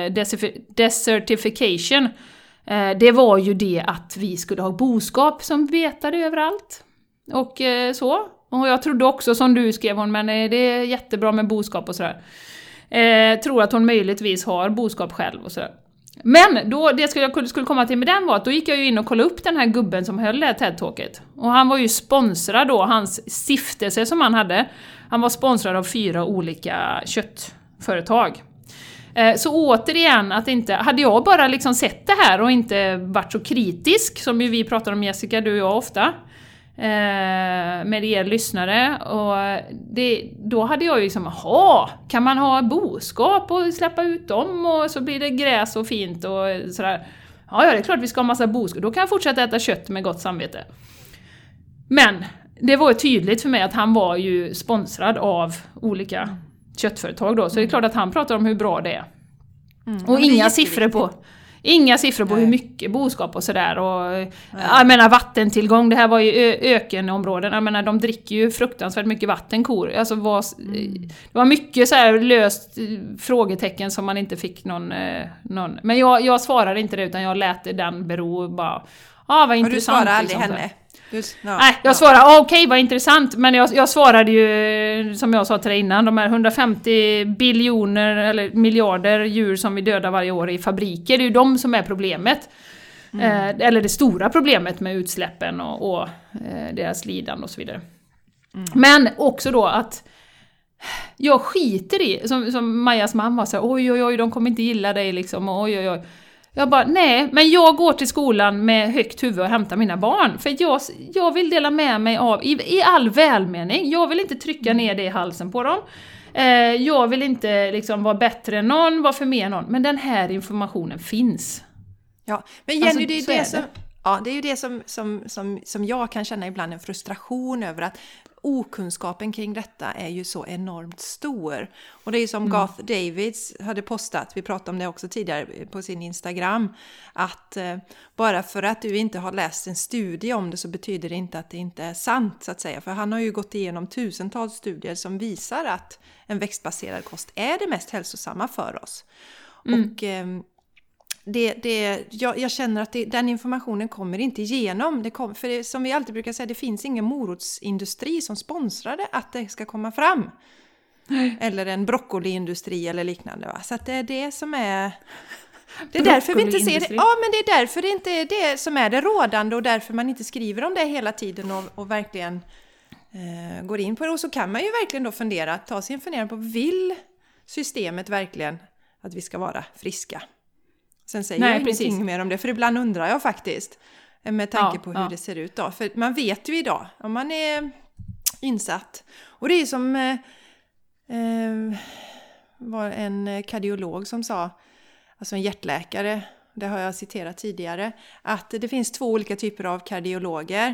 A: desertification, det var ju det att vi skulle ha boskap som betade överallt. Och så. Och jag trodde också, som du skrev hon, men det är jättebra med boskap och sådär. Tror att hon möjligtvis har boskap själv och sådär. Men då, det jag skulle komma till med den var att då gick jag ju in och kollade upp den här gubben som höll det här TED-talket. Och han var ju sponsrad då, hans stiftelse som han hade. Han var sponsrad av 4 olika köttföretag. Så återigen, att inte, hade jag bara liksom sett det här och inte varit så kritisk, som ju vi pratar om, Jessica, du och jag ofta, med er lyssnare, och då hade jag ju liksom, kan man ha boskap och släppa ut dem och så blir det gräs och fint och sådär. Ja, det är klart vi ska ha massa boskap, då kan jag fortsätta äta kött med gott samvete. Men det var ju tydligt för mig att han var ju sponsrad av olika köttföretag då, så det är klart att han pratar om hur bra det är. Och inga siffror på hur mycket boskap och sådär. Och jag menar vattentillgång, det här var ju ökenområden. Jag menar de dricker ju fruktansvärt mycket vatten, kor. Alltså det var mycket så här löst frågetecken som man inte fick någon. Men jag svarade inte det, utan jag lät den bero bara. Vad intressant. Och du
B: svarade aldrig
A: liksom,
B: henne?
A: Nej, jag svarade okej, vad intressant, men jag svarade ju, som jag sa till dig innan, de här 150 biljoner eller miljarder djur som vi dödar varje år i fabriker, det är ju de som är problemet. Eller det stora problemet med utsläppen och deras lidande och så vidare. Men också då att jag skiter i, som Majas mamma sa, oj, de kommer inte gilla dig liksom, oj. Jag bara, nej, men jag går till skolan med högt huvud och hämtar mina barn. För jag vill dela med mig av, i all välmening. Jag vill inte trycka ner det i halsen på dem. Jag vill inte liksom vara bättre än någon, vara för mer än någon. Men den här informationen finns.
B: Ja, men Jenny, alltså, det är det som... Ja, det är ju det som jag kan känna ibland en frustration över, att okunskapen kring detta är ju så enormt stor. Och det är ju som Garth Davids hade postat, vi pratade om det också tidigare på sin Instagram, att bara för att du inte har läst en studie om det så betyder det inte att det inte är sant, så att säga. För han har ju gått igenom tusentals studier som visar att en växtbaserad kost är det mest hälsosamma för oss. Och jag känner att den informationen kommer inte igenom. För som vi alltid brukar säga, det finns ingen morotsindustri som sponsrade att det ska komma fram. Eller en broccoliindustri eller liknande. Va? Så att det är det som är... Det är därför vi inte ser det. Ja, men det är därför det inte är det som är det rådande, och därför man inte skriver om det hela tiden och verkligen går in på det. Och så kan man ju verkligen då ta sig en fundering på, vill systemet verkligen att vi ska vara friska. Sen säger jag ingenting mer om det, för ibland undrar jag faktiskt med tanke på hur det ser ut då. För man vet ju idag, om man är insatt. Och det är som var en kardiolog som sa, alltså en hjärtläkare, det har jag citerat tidigare, att det finns 2 olika typer av kardiologer.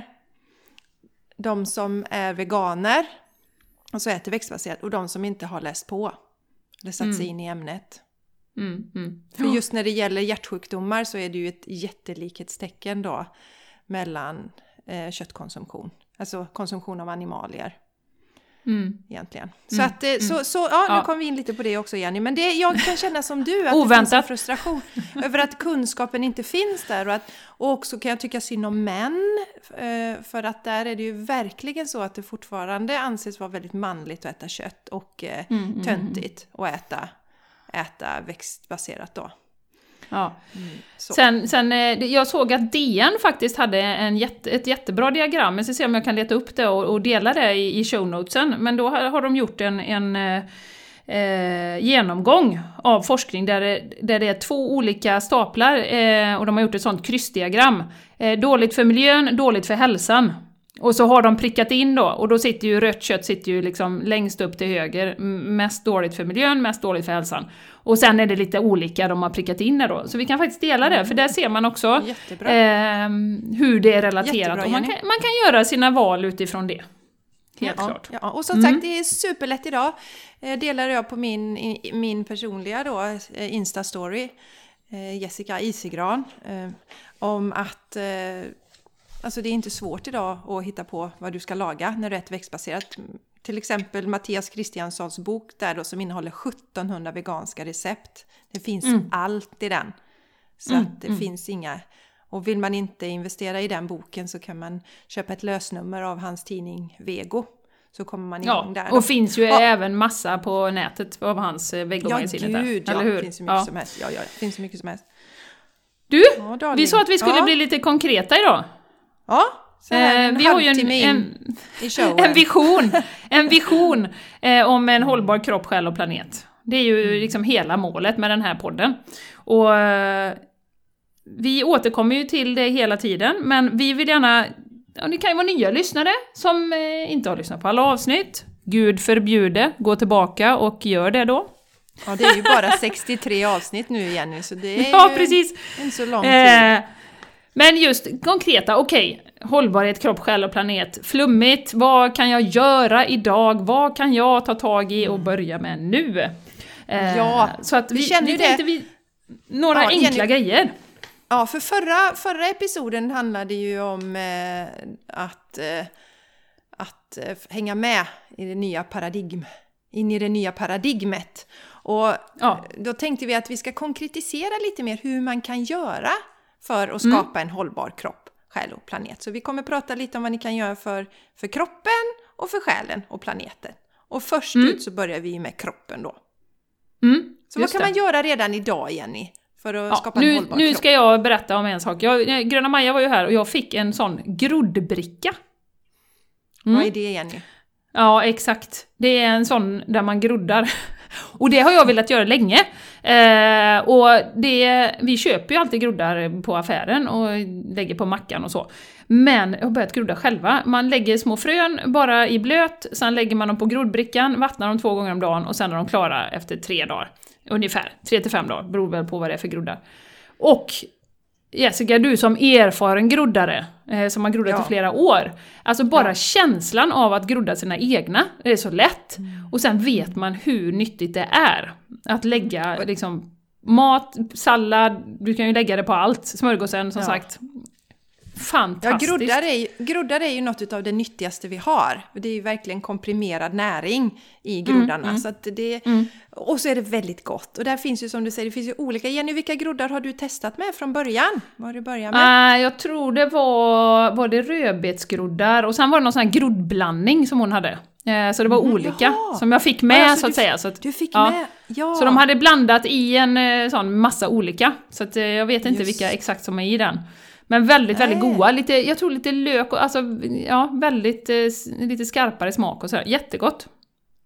B: De som är veganer och så äter växtbaserat, och de som inte har läst på eller satt sig in i ämnet. För just när det gäller hjärtsjukdomar så är det ju ett jättelikhetstecken då mellan köttkonsumtion, alltså konsumtion av animalier. Egentligen. Så att nu kom vi in lite på det också, Jenny. Men jag kan känna som du att det finns en frustration över att kunskapen inte finns där, och också kan jag tycka synd om män, för att där är det ju verkligen så att det fortfarande anses vara väldigt manligt att äta kött och töntigt att äta växtbaserat då.
A: Ja. Sen jag såg att DN faktiskt hade ett jättebra diagram. Jag ska se om jag kan leta upp det och dela det i shownotesen. Men då har de gjort en genomgång av forskning där det är 2 olika staplar, och de har gjort ett sånt kryssdiagram. Dåligt för miljön, dåligt för hälsan. Och så har de prickat in då, och då sitter ju rött kött liksom längst upp till höger, mest dåligt för miljön, mest dåligt för hälsan. Och sen är det lite olika de har prickat in det då. Så vi kan faktiskt dela det, för där ser man också hur det är relaterat. Jättebra, och man kan göra sina val utifrån det. Helt klart. Ja.
B: Och som sagt, det är superlätt idag. Delar jag på min personliga då, Insta-story, Jessica Isigran, om att... Alltså det är inte svårt idag att hitta på vad du ska laga när du äter växtbaserat. Till exempel Mattias Kristianssons bok där då, som innehåller 1700 veganska recept. Det finns allt i den. Så att det finns inga... Och vill man inte investera i den boken så kan man köpa ett lösnummer av hans tidning Vego. Så kommer man igång där.
A: Och finns ju även massa på nätet av hans vegomagasinet där. Eller hur?
B: Det finns så mycket som helst. Ja, det finns så mycket som helst.
A: Du, vi sa att vi skulle bli lite konkreta idag.
B: Ja, så här
A: vi har ju en vision om en hållbar kropp, själ och planet. Det är ju liksom hela målet med den här podden. Och vi återkommer ju till det hela tiden, men vi vill gärna, det kan ju vara nya lyssnare som inte har lyssnat på alla avsnitt. Gud förbjude, gå tillbaka och gör det då.
B: Ja, det är ju bara 63 avsnitt nu, Jenny, så det är
A: precis.
B: Inte så lång tid.
A: Men just konkreta, hållbarhet, kropp, själ och planet. Flummigt, vad kan jag göra idag? Vad kan jag ta tag i och börja med nu? Så att vi känner ju det. Några enkla grejer.
B: Ja, för förra episoden handlade ju om att hänga med i det nya in i det nya paradigmet. Och då tänkte vi att vi ska konkretisera lite mer hur man kan göra för att skapa en hållbar kropp, själ och planet. Så vi kommer prata lite om vad ni kan göra för kroppen och för själen och planeten. Och först ut så börjar vi med kroppen då. Så vad kan man göra redan idag, Jenny, för att skapa en hållbar kropp?
A: Nu ska jag berätta om en sak. Gröna Maja var ju här och jag fick en sån groddbricka.
B: Vad är det, Jenny?
A: Ja, exakt. Det är en sån där man groddar. Och det har jag velat göra länge. Och vi köper ju alltid groddar på affären och lägger på mackan och så. Men jag har börjat grodda själva. Man lägger små frön bara i blöt, sen lägger man dem på groddbrickan, vattnar dem 2 gånger om dagen och sen är de klara efter 3 dagar. Ungefär 3-5 dagar, beror väl på vad det är för groddar. Och Jessica, du som erfaren groddare, som har groddat i flera år. Alltså bara känslan av att grodda sina egna, det är så lätt. Och sen vet man hur nyttigt det är. Att lägga liksom mat, sallad, du kan ju lägga det på allt. Smörgåsen som sagt. Fantastiskt.
B: Ja, groddar är ju något av det nyttigaste vi har. Det är ju verkligen komprimerad näring i groddarna. Så att och så är det väldigt gott. Och där finns ju, som du säger, det finns ju olika. Jenny, vilka groddar har du testat med från början? Vad har du börjat med?
A: Jag tror det var det rödbetsgroddar. Och sen var det någon sån här groddblandning som hon hade. Så det var olika som jag fick med, så att säga. Så att,
B: du fick med? Ja.
A: Så de hade blandat i en sån massa olika. Så att jag vet inte vilka exakt som är i den. Men väldigt, väldigt goda. Jag tror lite lök och väldigt lite skarpare smak och så. Jättegott.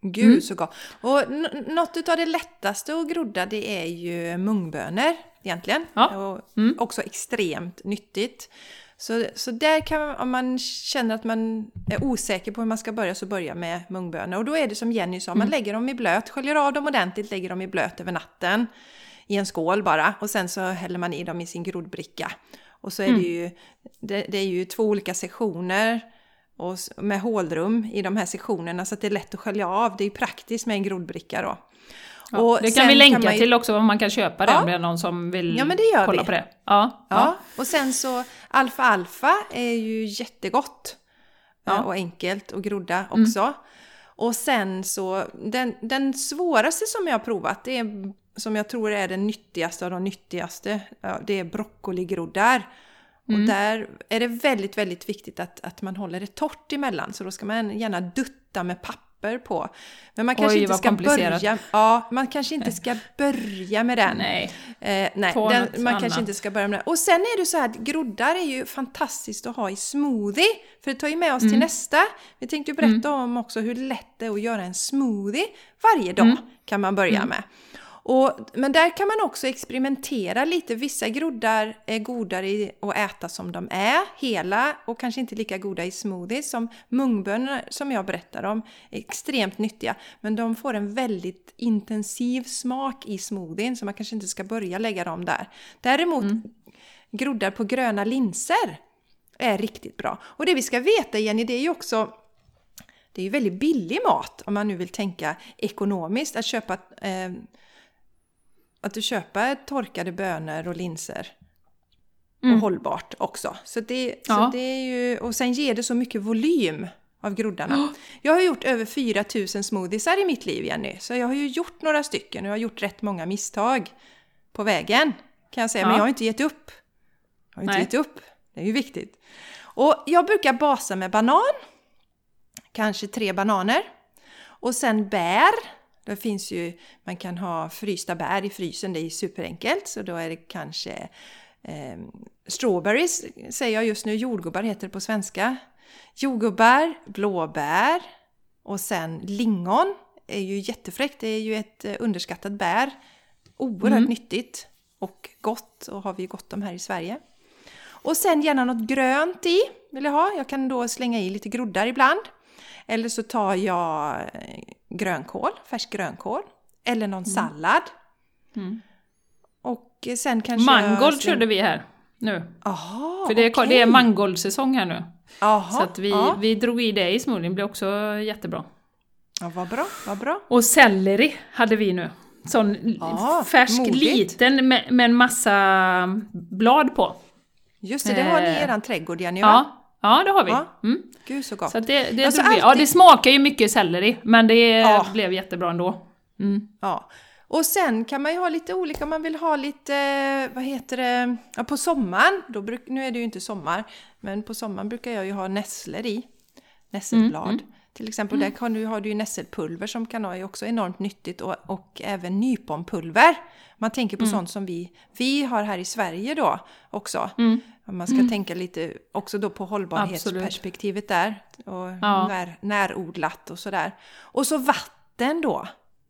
B: Gud så gott. Och något av det lättaste att grodda, det är ju mungbönor egentligen.
A: Ja.
B: Och också extremt nyttigt. Så där kan man, om man känner att man är osäker på hur man ska börja, så börja med mungbönor. Och då är det som Jenny sa, man lägger dem i blöt, sköljer av dem ordentligt, lägger dem i blöt över natten i en skål bara. Och sen så häller man i dem i sin groddbricka. Och så är det ju, det är ju 2 olika sektioner och med hålrum i de här sektionerna, så att det är lätt att skölja av. Det är ju praktiskt med en groddbricka då.
A: Ja,
B: och
A: det kan vi länka till också, om man kan köpa det, om det är någon som vill kolla på det.
B: Ja. Och sen så alfalfa är ju jättegott och enkelt att grodda också. Och sen så den svåraste som jag har provat, det är, som jag tror är den nyttigaste av de nyttigaste, det är broccoligroddar. Och där är det väldigt, väldigt viktigt att man håller det torrt emellan. Så då ska man gärna dutta med papper på. Men man kanske inte ska börja. Ja, man kanske inte ska börja med den.
A: Nej.
B: Man kanske inte ska börja med den. Och sen är det så här att groddar är ju fantastiskt att ha i smoothie. För det tar ju med oss till nästa. Vi tänkte ju berätta om också hur lätt det är att göra en smoothie varje dag. Kan man börja med. Men där kan man också experimentera lite. Vissa groddar är godare att äta som de är, hela, och kanske inte lika goda i smoothies. Som mungbönor som jag berättar om är extremt nyttiga. Men de får en väldigt intensiv smak i smoothien, så man kanske inte ska börja lägga dem där. Däremot groddar på gröna linser är riktigt bra. Och det vi ska veta, Jenny, det är ju också... Det är ju väldigt billig mat, om man nu vill tänka ekonomiskt, att köpa... Att du köper torkade bönor och linser och hållbart också. Så det är ju, och sen ger det så mycket volym av groddarna. Jag har gjort över 4000 smoothiesar i mitt liv, Jenny. Så jag har ju gjort några stycken och jag har gjort rätt många misstag på vägen, kan jag säga. Men jag har inte gett upp. Det är ju viktigt. Och jag brukar basa med banan. Kanske 3 bananer. Och sen bär. Det finns ju, man kan ha frysta bär i frysen, det är superenkelt. Så då är det kanske strawberries, säger jag just nu, jordgubbar heter det på svenska. Jordgubbar, blåbär och sen lingon är ju jättefräckt. Det är ju ett underskattat bär. Oerhört nyttigt och gott, och har vi ju gott om här i Sverige. Och sen gärna något grönt i vill jag ha. Jag kan då slänga i lite groddar ibland. Eller så tar jag grönkål, färsk grönkål. Eller någon sallad. Och sen kanske...
A: Mangold körde vi här nu.
B: Aha,
A: för det är mangoldsäsong här nu.
B: Aha,
A: så att vi drog i det i smoothien, blev också jättebra.
B: Ja, vad bra.
A: Och selleri hade vi nu. Sån färsk, modigt. Liten med en massa blad på.
B: Just det har ni i eran trädgård, Jenny,
A: va? Ja, det har vi.
B: Gud så gott.
A: Så det alltså alltid... Ja, det smakar ju mycket selleri, men det blev jättebra ändå.
B: Ja. Och sen kan man ju ha lite olika, om man vill ha lite, på sommaren, nu är det ju inte sommar, men på sommaren brukar jag ju ha nässlor i, nässelblad. Till exempel där har du ju nässelpulver som kan vara också enormt nyttigt, och även nyponpulver. Man tänker på sånt som vi har här i Sverige då också. Man ska tänka lite också då på hållbarhetsperspektivet där. Och närodlat och sådär. Och så vatten då.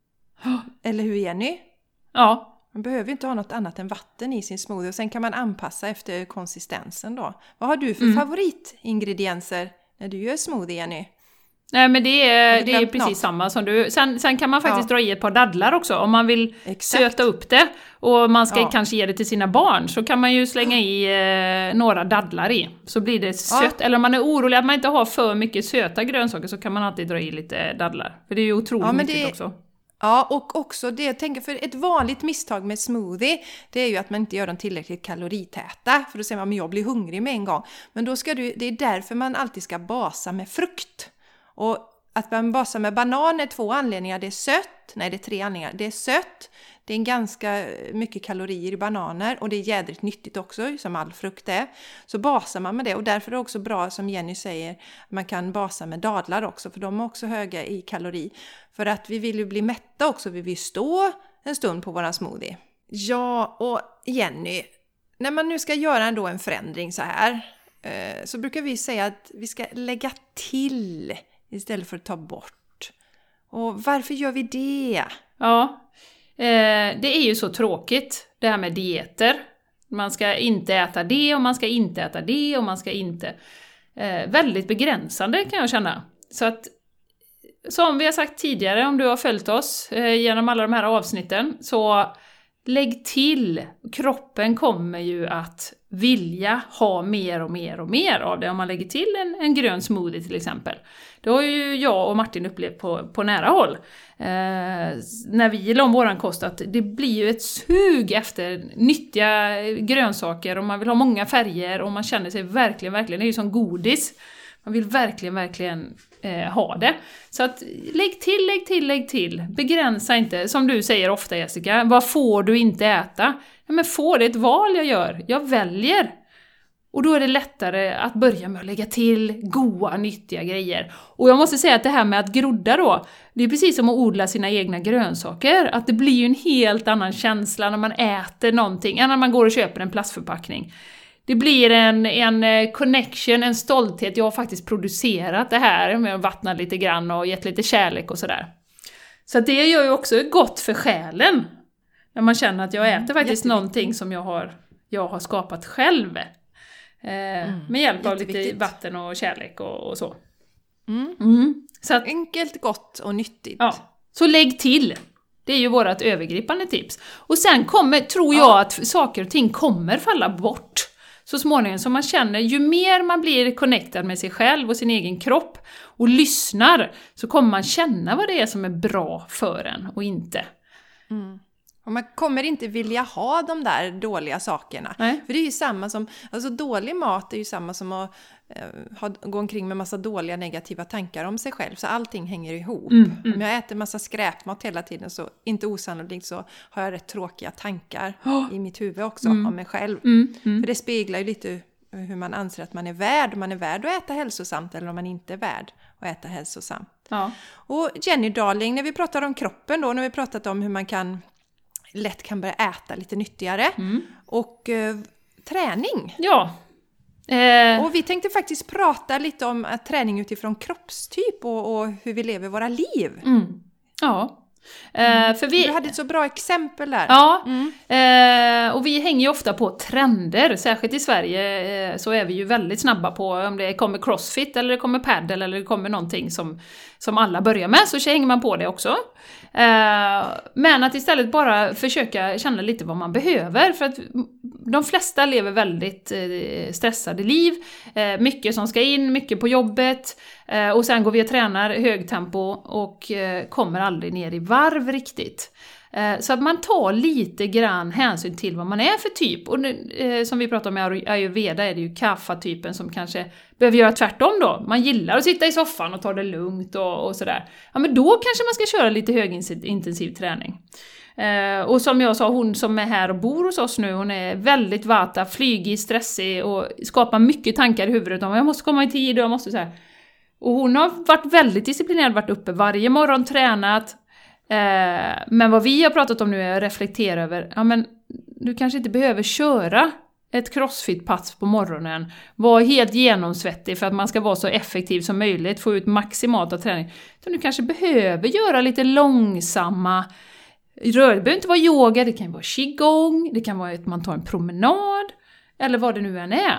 B: Eller hur, Jenny?
A: Ja.
B: Man behöver inte ha något annat än vatten i sin smoothie. Och sen kan man anpassa efter konsistensen då. Vad har du för favoritingredienser när du gör smoothie, Jenny?
A: Nej, men det är precis samma som du. Sen kan man faktiskt dra i ett par dadlar också. Om man vill söta upp det och man ska kanske ge det till sina barn, så kan man ju slänga i några dadlar i. Så blir det sött. Eller om man är orolig att man inte har för mycket söta grönsaker, så kan man alltid dra i lite dadlar. För det är ju otroligt nyttigt också.
B: Ja, och också det jag tänker, för ett vanligt misstag med smoothie, det är ju att man inte gör dem tillräckligt kaloritäta. För då säger man, men jag blir hungrig med en gång. Men då det är därför man alltid ska basa med frukt. Och att man basar med banan är 2 anledningar. Det är 3 anledningar. Det är sött, det är ganska mycket kalorier i bananer, och det är jädrigt nyttigt också, som all frukt är. Så basar man med det, och därför är det också bra, som Jenny säger, man kan basa med dadlar också, för de är också höga i kalori. För att vi vill ju bli mätta också, vi vill stå en stund på våran smoothie. Ja, och Jenny, när man nu ska göra ändå en förändring så här, så brukar vi säga att vi ska lägga till istället för att ta bort. Och varför gör vi det?
A: Ja, det är ju så tråkigt det här med dieter. Man ska inte äta det och man ska inte äta det och man ska inte... väldigt begränsande kan jag känna. Så att, som vi har sagt tidigare, om du har följt oss genom alla de här avsnitten, så lägg till. Kroppen kommer ju att vilja ha mer och mer och mer av det om man lägger till en grön smoothie till exempel. Det har ju jag och Martin upplevt på nära håll. När vi la om våran kost, att det blir ju ett sug efter nyttiga grönsaker och man vill ha många färger och man känner sig verkligen, det är ju som godis. Man vill verkligen ha det. Så att lägg till. Begränsa inte. Som du säger ofta, Jessica, vad får du inte äta? Ja, men får det ett val jag gör? Jag väljer. Och då är det lättare att börja med att lägga till goda, nyttiga grejer. Och jag måste säga att det här med att grodda då, det är precis som att odla sina egna grönsaker. Att det blir ju en helt annan känsla när man äter någonting än när man går och köper en plastförpackning. Det blir en connection, en stolthet. Jag har faktiskt producerat det här med att vattna lite grann och gett lite kärlek och sådär. Så det gör ju också gott för själen. När man känner att jag äter faktiskt någonting som jag har skapat själv. Med hjälp av lite vatten och kärlek och så. Så att,
B: enkelt, gott och nyttigt.
A: Ja, så lägg till. Det är ju vårt övergripande tips. Och sen tror jag att saker och ting kommer falla bort. Så småningom, så man känner, ju mer man blir connectad med sig själv och sin egen kropp och lyssnar, så kommer man känna vad det är som är bra för en och inte.
B: Och man kommer inte vilja ha de där dåliga sakerna.
A: Nej.
B: För det är ju samma som, alltså dålig mat är ju samma som att gå omkring med massa dåliga negativa tankar om sig själv. Så allting hänger ihop. Om jag äter massa skräpmat hela tiden, så inte osannolikt så har jag rätt tråkiga tankar i mitt huvud också om mig själv. För det speglar ju lite hur man anser att man är värd. Om man är värd att äta hälsosamt eller om man inte är värd att äta hälsosamt. Ja. Och Jenny Darling, när vi pratar om kroppen då, när vi pratat om hur man lätt kan börja äta lite nyttigare. Och träning.
A: Ja.
B: Och vi tänkte faktiskt prata lite om träning utifrån kroppstyp och hur vi lever våra liv.
A: Ja. För
B: du hade ett så bra exempel där.
A: Ja, och vi hänger ju ofta på trender. Särskilt i Sverige så är vi ju väldigt snabba på om det kommer crossfit eller det kommer paddle eller det kommer någonting som alla börjar med, så hänger man på det också. Men att istället bara försöka känna lite vad man behöver, för att de flesta lever väldigt stressade liv, mycket som ska in, mycket på jobbet, och sen går vi och tränar högtempo och kommer aldrig ner i varv riktigt. Så att man tar lite grann hänsyn till vad man är för typ. Och som vi pratar om i Ayurveda är det ju kapha-typen som kanske behöver göra tvärtom då. Man gillar att sitta i soffan och ta det lugnt och sådär. Ja, men då kanske man ska köra lite högintensiv träning. Och som jag sa, hon som är här och bor hos oss nu, hon är väldigt vata, flygig, stressig och skapar mycket tankar i huvudet om jag måste komma i tid och jag måste så här. Och hon har varit väldigt disciplinerad, varit uppe varje morgon, tränat. Men vad vi har pratat om nu är att reflektera över, ja men du kanske inte behöver köra ett crossfit-pass på morgonen, vara helt genomsvettig för att man ska vara så effektiv som möjligt, få ut maximalt av träning. Så du kanske behöver göra lite långsamma rörelser. Det behöver inte vara yoga, det kan vara qigong, det kan vara att man tar en promenad eller vad det nu än är.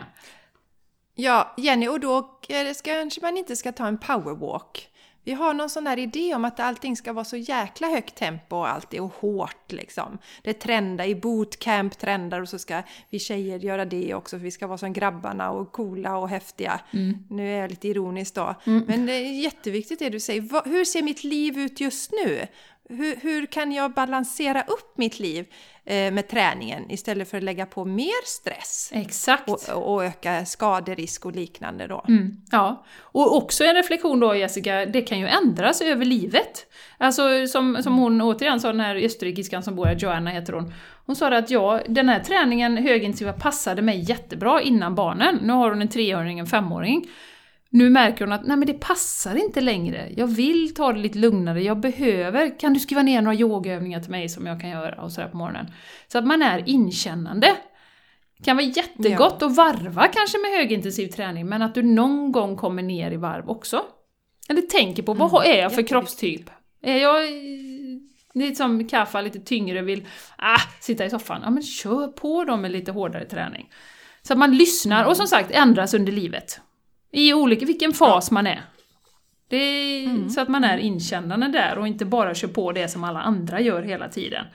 B: Ja, Jenny, och då kanske man inte ska ta en powerwalk. Vi har någon sån här idé om att allting ska vara så jäkla högt tempo och allt är hårt liksom. Det trendar i bootcamp, trendar och så ska vi tjejer göra det också för vi ska vara som grabbarna och coola och häftiga. Nu är jag lite ironisk då. Men det är jätteviktigt det du säger. Hur ser mitt liv ut just nu? Hur kan jag balansera upp mitt liv med träningen istället för att lägga på mer stress?
A: Exakt.
B: Och öka skaderisk och liknande då.
A: Ja, och också en reflektion då, Jessica, det kan ju ändras över livet. Alltså som hon återigen sa, den här österrikiskan som bor här, Joanna heter hon. Hon sa att den här träningen högintensiva passade mig jättebra innan barnen. Nu har hon en 3-åring, en 5-åring. Nu märker hon att nej, men det passar inte längre. Jag vill ta det lite lugnare. Kan du skriva ner några yogaövningar till mig som jag kan göra och sådär på morgonen. Så att man är inkännande. Det kan vara jättegott att varva kanske med högintensiv träning, men att du någon gång kommer ner i varv också. Eller tänker på, vad är jag för kroppstyp? Är jag lite som kaffa, lite tyngre, vill sitta i soffan, ja men kör på dem med lite hårdare träning. Så att man lyssnar och som sagt ändras under livet. I olika, vilken fas man är. Det är så att man är inkännande där och inte bara kör på det som alla andra gör hela tiden.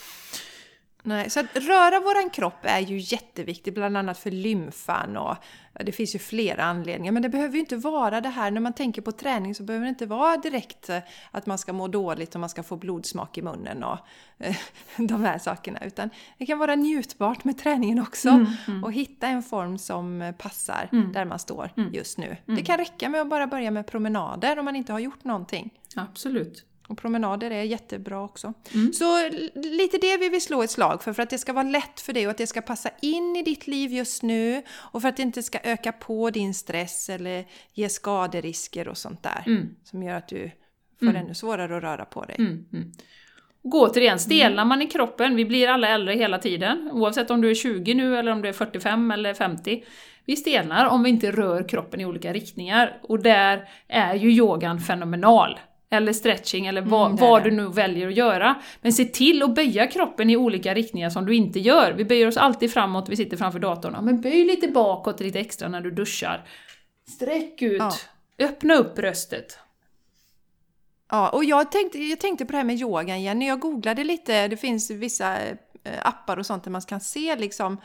B: Nej, så att röra våran kropp är ju jätteviktigt, bland annat för lymfan och det finns ju flera anledningar. Men det behöver ju inte vara det här, när man tänker på träning så behöver det inte vara direkt att man ska må dåligt och man ska få blodsmak i munnen och de här sakerna. Utan det kan vara njutbart med träningen också och hitta en form som passar där man står just nu. Det kan räcka med att bara börja med promenader om man inte har gjort någonting.
A: Absolut.
B: Och promenader är jättebra också. Så lite det vi vill slå ett slag för att det ska vara lätt för dig och att det ska passa in i ditt liv just nu. Och för att det inte ska öka på din stress eller ge skaderisker och sånt där. Som gör att du får ännu svårare att röra på dig.
A: Gå återigen, stelnar man i kroppen. Vi blir alla äldre hela tiden. Oavsett om du är 20 nu eller om du är 45 eller 50. Vi stelnar om vi inte rör kroppen i olika riktningar. Och där är ju yogan fenomenal. Eller stretching, eller vad du nu väljer att göra. Men se till att böja kroppen i olika riktningar som du inte gör. Vi böjer oss alltid framåt, vi sitter framför datorn. Men böj lite bakåt lite extra när du duschar. Sträck ut, öppna upp bröstet.
B: Ja, och jag tänkte på det här med yogan igen. När jag googlade lite, det finns vissa appar och sånt där man kan se liksom...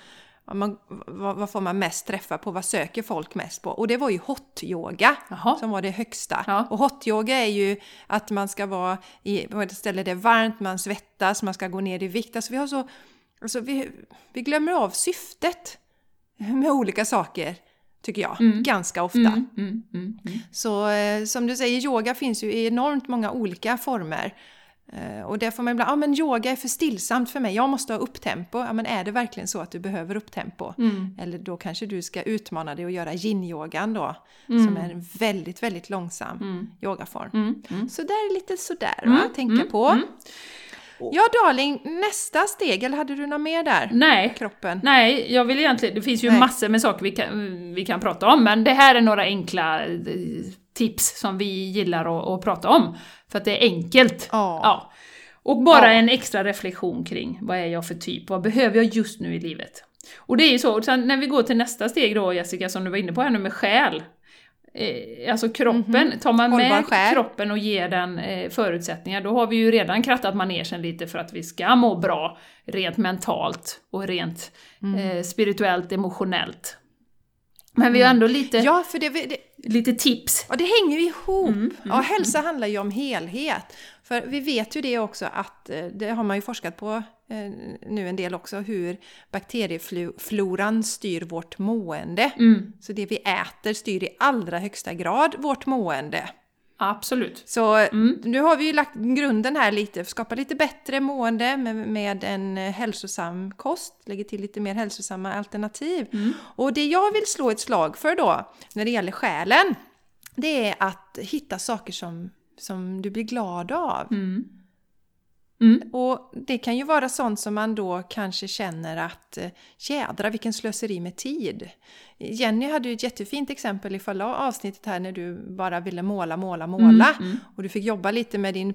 B: vad får man mest träffa på, vad söker folk mest på? Och det var ju hot yoga som var det högsta. Ja. Och hot yoga är ju att man ska vara på ett ställe där det är varmt, man svettas, man ska gå ner i vikt. Alltså vi glömmer av syftet med olika saker, tycker jag, ganska ofta. Så som du säger, yoga finns ju i enormt många olika former. Och där får man ibland, men yoga är för stillsamt för mig, jag måste ha upptempo. Ja, men är det verkligen så att du behöver upptempo? Eller då kanske du ska utmana dig och göra yin-yogan då, som är en väldigt, väldigt långsam yogaform. Så där är lite sådär att tänka på. Ja, darling, nästa steg, eller hade du något mer där?
A: Nej,
B: kroppen?
A: Nej, jag vill egentligen, det finns ju massor med saker vi kan prata om, men det här är några enkla tips som vi gillar att prata om, för att det är enkelt. Ja. Och bara en extra reflektion kring, vad är jag för typ, vad behöver jag just nu i livet? Och det är ju så, när vi går till nästa steg då, Jessica, som du var inne på här nu med själ. Alltså kroppen, tar man med kroppen och ger den förutsättningar, då har vi ju redan krattat manegen lite för att vi ska må bra rent mentalt och rent spirituellt, emotionellt. Men vi har ändå lite, lite tips.
B: Ja, det hänger ju ihop. Hälsa handlar ju om helhet. För vi vet ju det också att, det har man ju forskat på nu en del också, hur bakteriefloran styr vårt mående. Så det vi äter styr i allra högsta grad vårt mående.
A: Absolut.
B: Så nu har vi ju lagt grunden här lite, skapa lite bättre mående med en hälsosam kost, lägger till lite mer hälsosamma alternativ. Och det jag vill slå ett slag för då, när det gäller själen, det är att hitta saker som du blir glad av. Och det kan ju vara sånt som man då kanske känner att jädra vilken slöseri med tid. Jenny hade ju ett jättefint exempel i förra avsnittet här när du bara ville måla. Och du fick jobba lite med din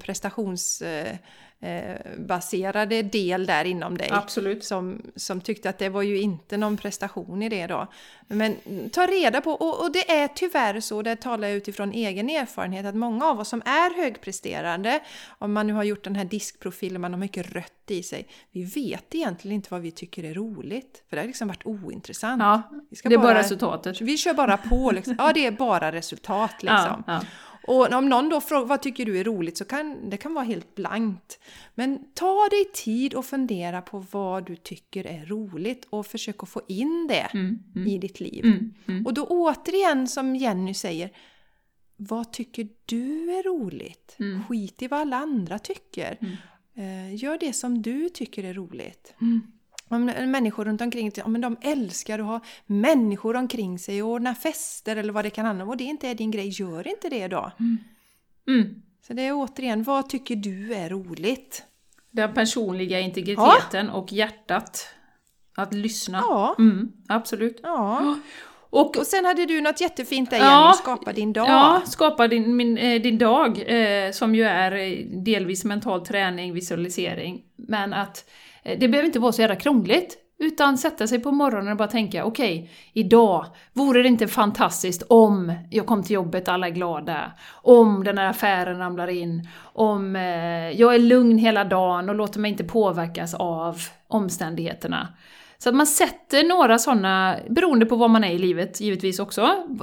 B: prestationsbaserade del där inom dig.
A: Absolut.
B: Som tyckte att det var ju inte någon prestation i det då. Men ta reda på, och det är tyvärr så, det talar jag utifrån egen erfarenhet, att många av oss som är högpresterande, om man nu har gjort den här diskprofilen, man har mycket rött i sig, vi vet egentligen inte vad vi tycker är roligt. För det har liksom varit ointressant.
A: Ja, det är bara resultatet.
B: Vi kör bara på liksom. Ja, det är bara resultat liksom.
A: Ja.
B: Och om någon då frågar vad tycker du är roligt, så det kan vara helt blankt. Men ta dig tid och fundera på vad du tycker är roligt och försök att få in det i ditt liv. Och då återigen, som Jenny säger, vad tycker du är roligt? Skit i vad alla andra tycker. Gör det som du tycker är roligt. Om människor runt omkring sig, men de älskar att ha människor omkring sig och ordna fester eller vad det kan handla om, och det inte är din grej, gör inte det då. Så det är återigen, vad tycker du är roligt?
A: Den personliga integriteten och hjärtat, att lyssna.
B: Ja.
A: Absolut.
B: Ja. Och sen hade du något jättefint där, Jenny, skapa din dag.
A: Ja, skapa din dag, som ju är delvis mental träning, visualisering. Men att det behöver inte vara så jävla krångligt. Utan sätta sig på morgonen och bara tänka, okej, idag vore det inte fantastiskt om jag kom till jobbet, alla är glada, om den här affären ramlar in, om jag är lugn hela dagen och låter mig inte påverkas av omständigheterna. Så att man sätter några sådana, beroende på vad man är i livet givetvis också,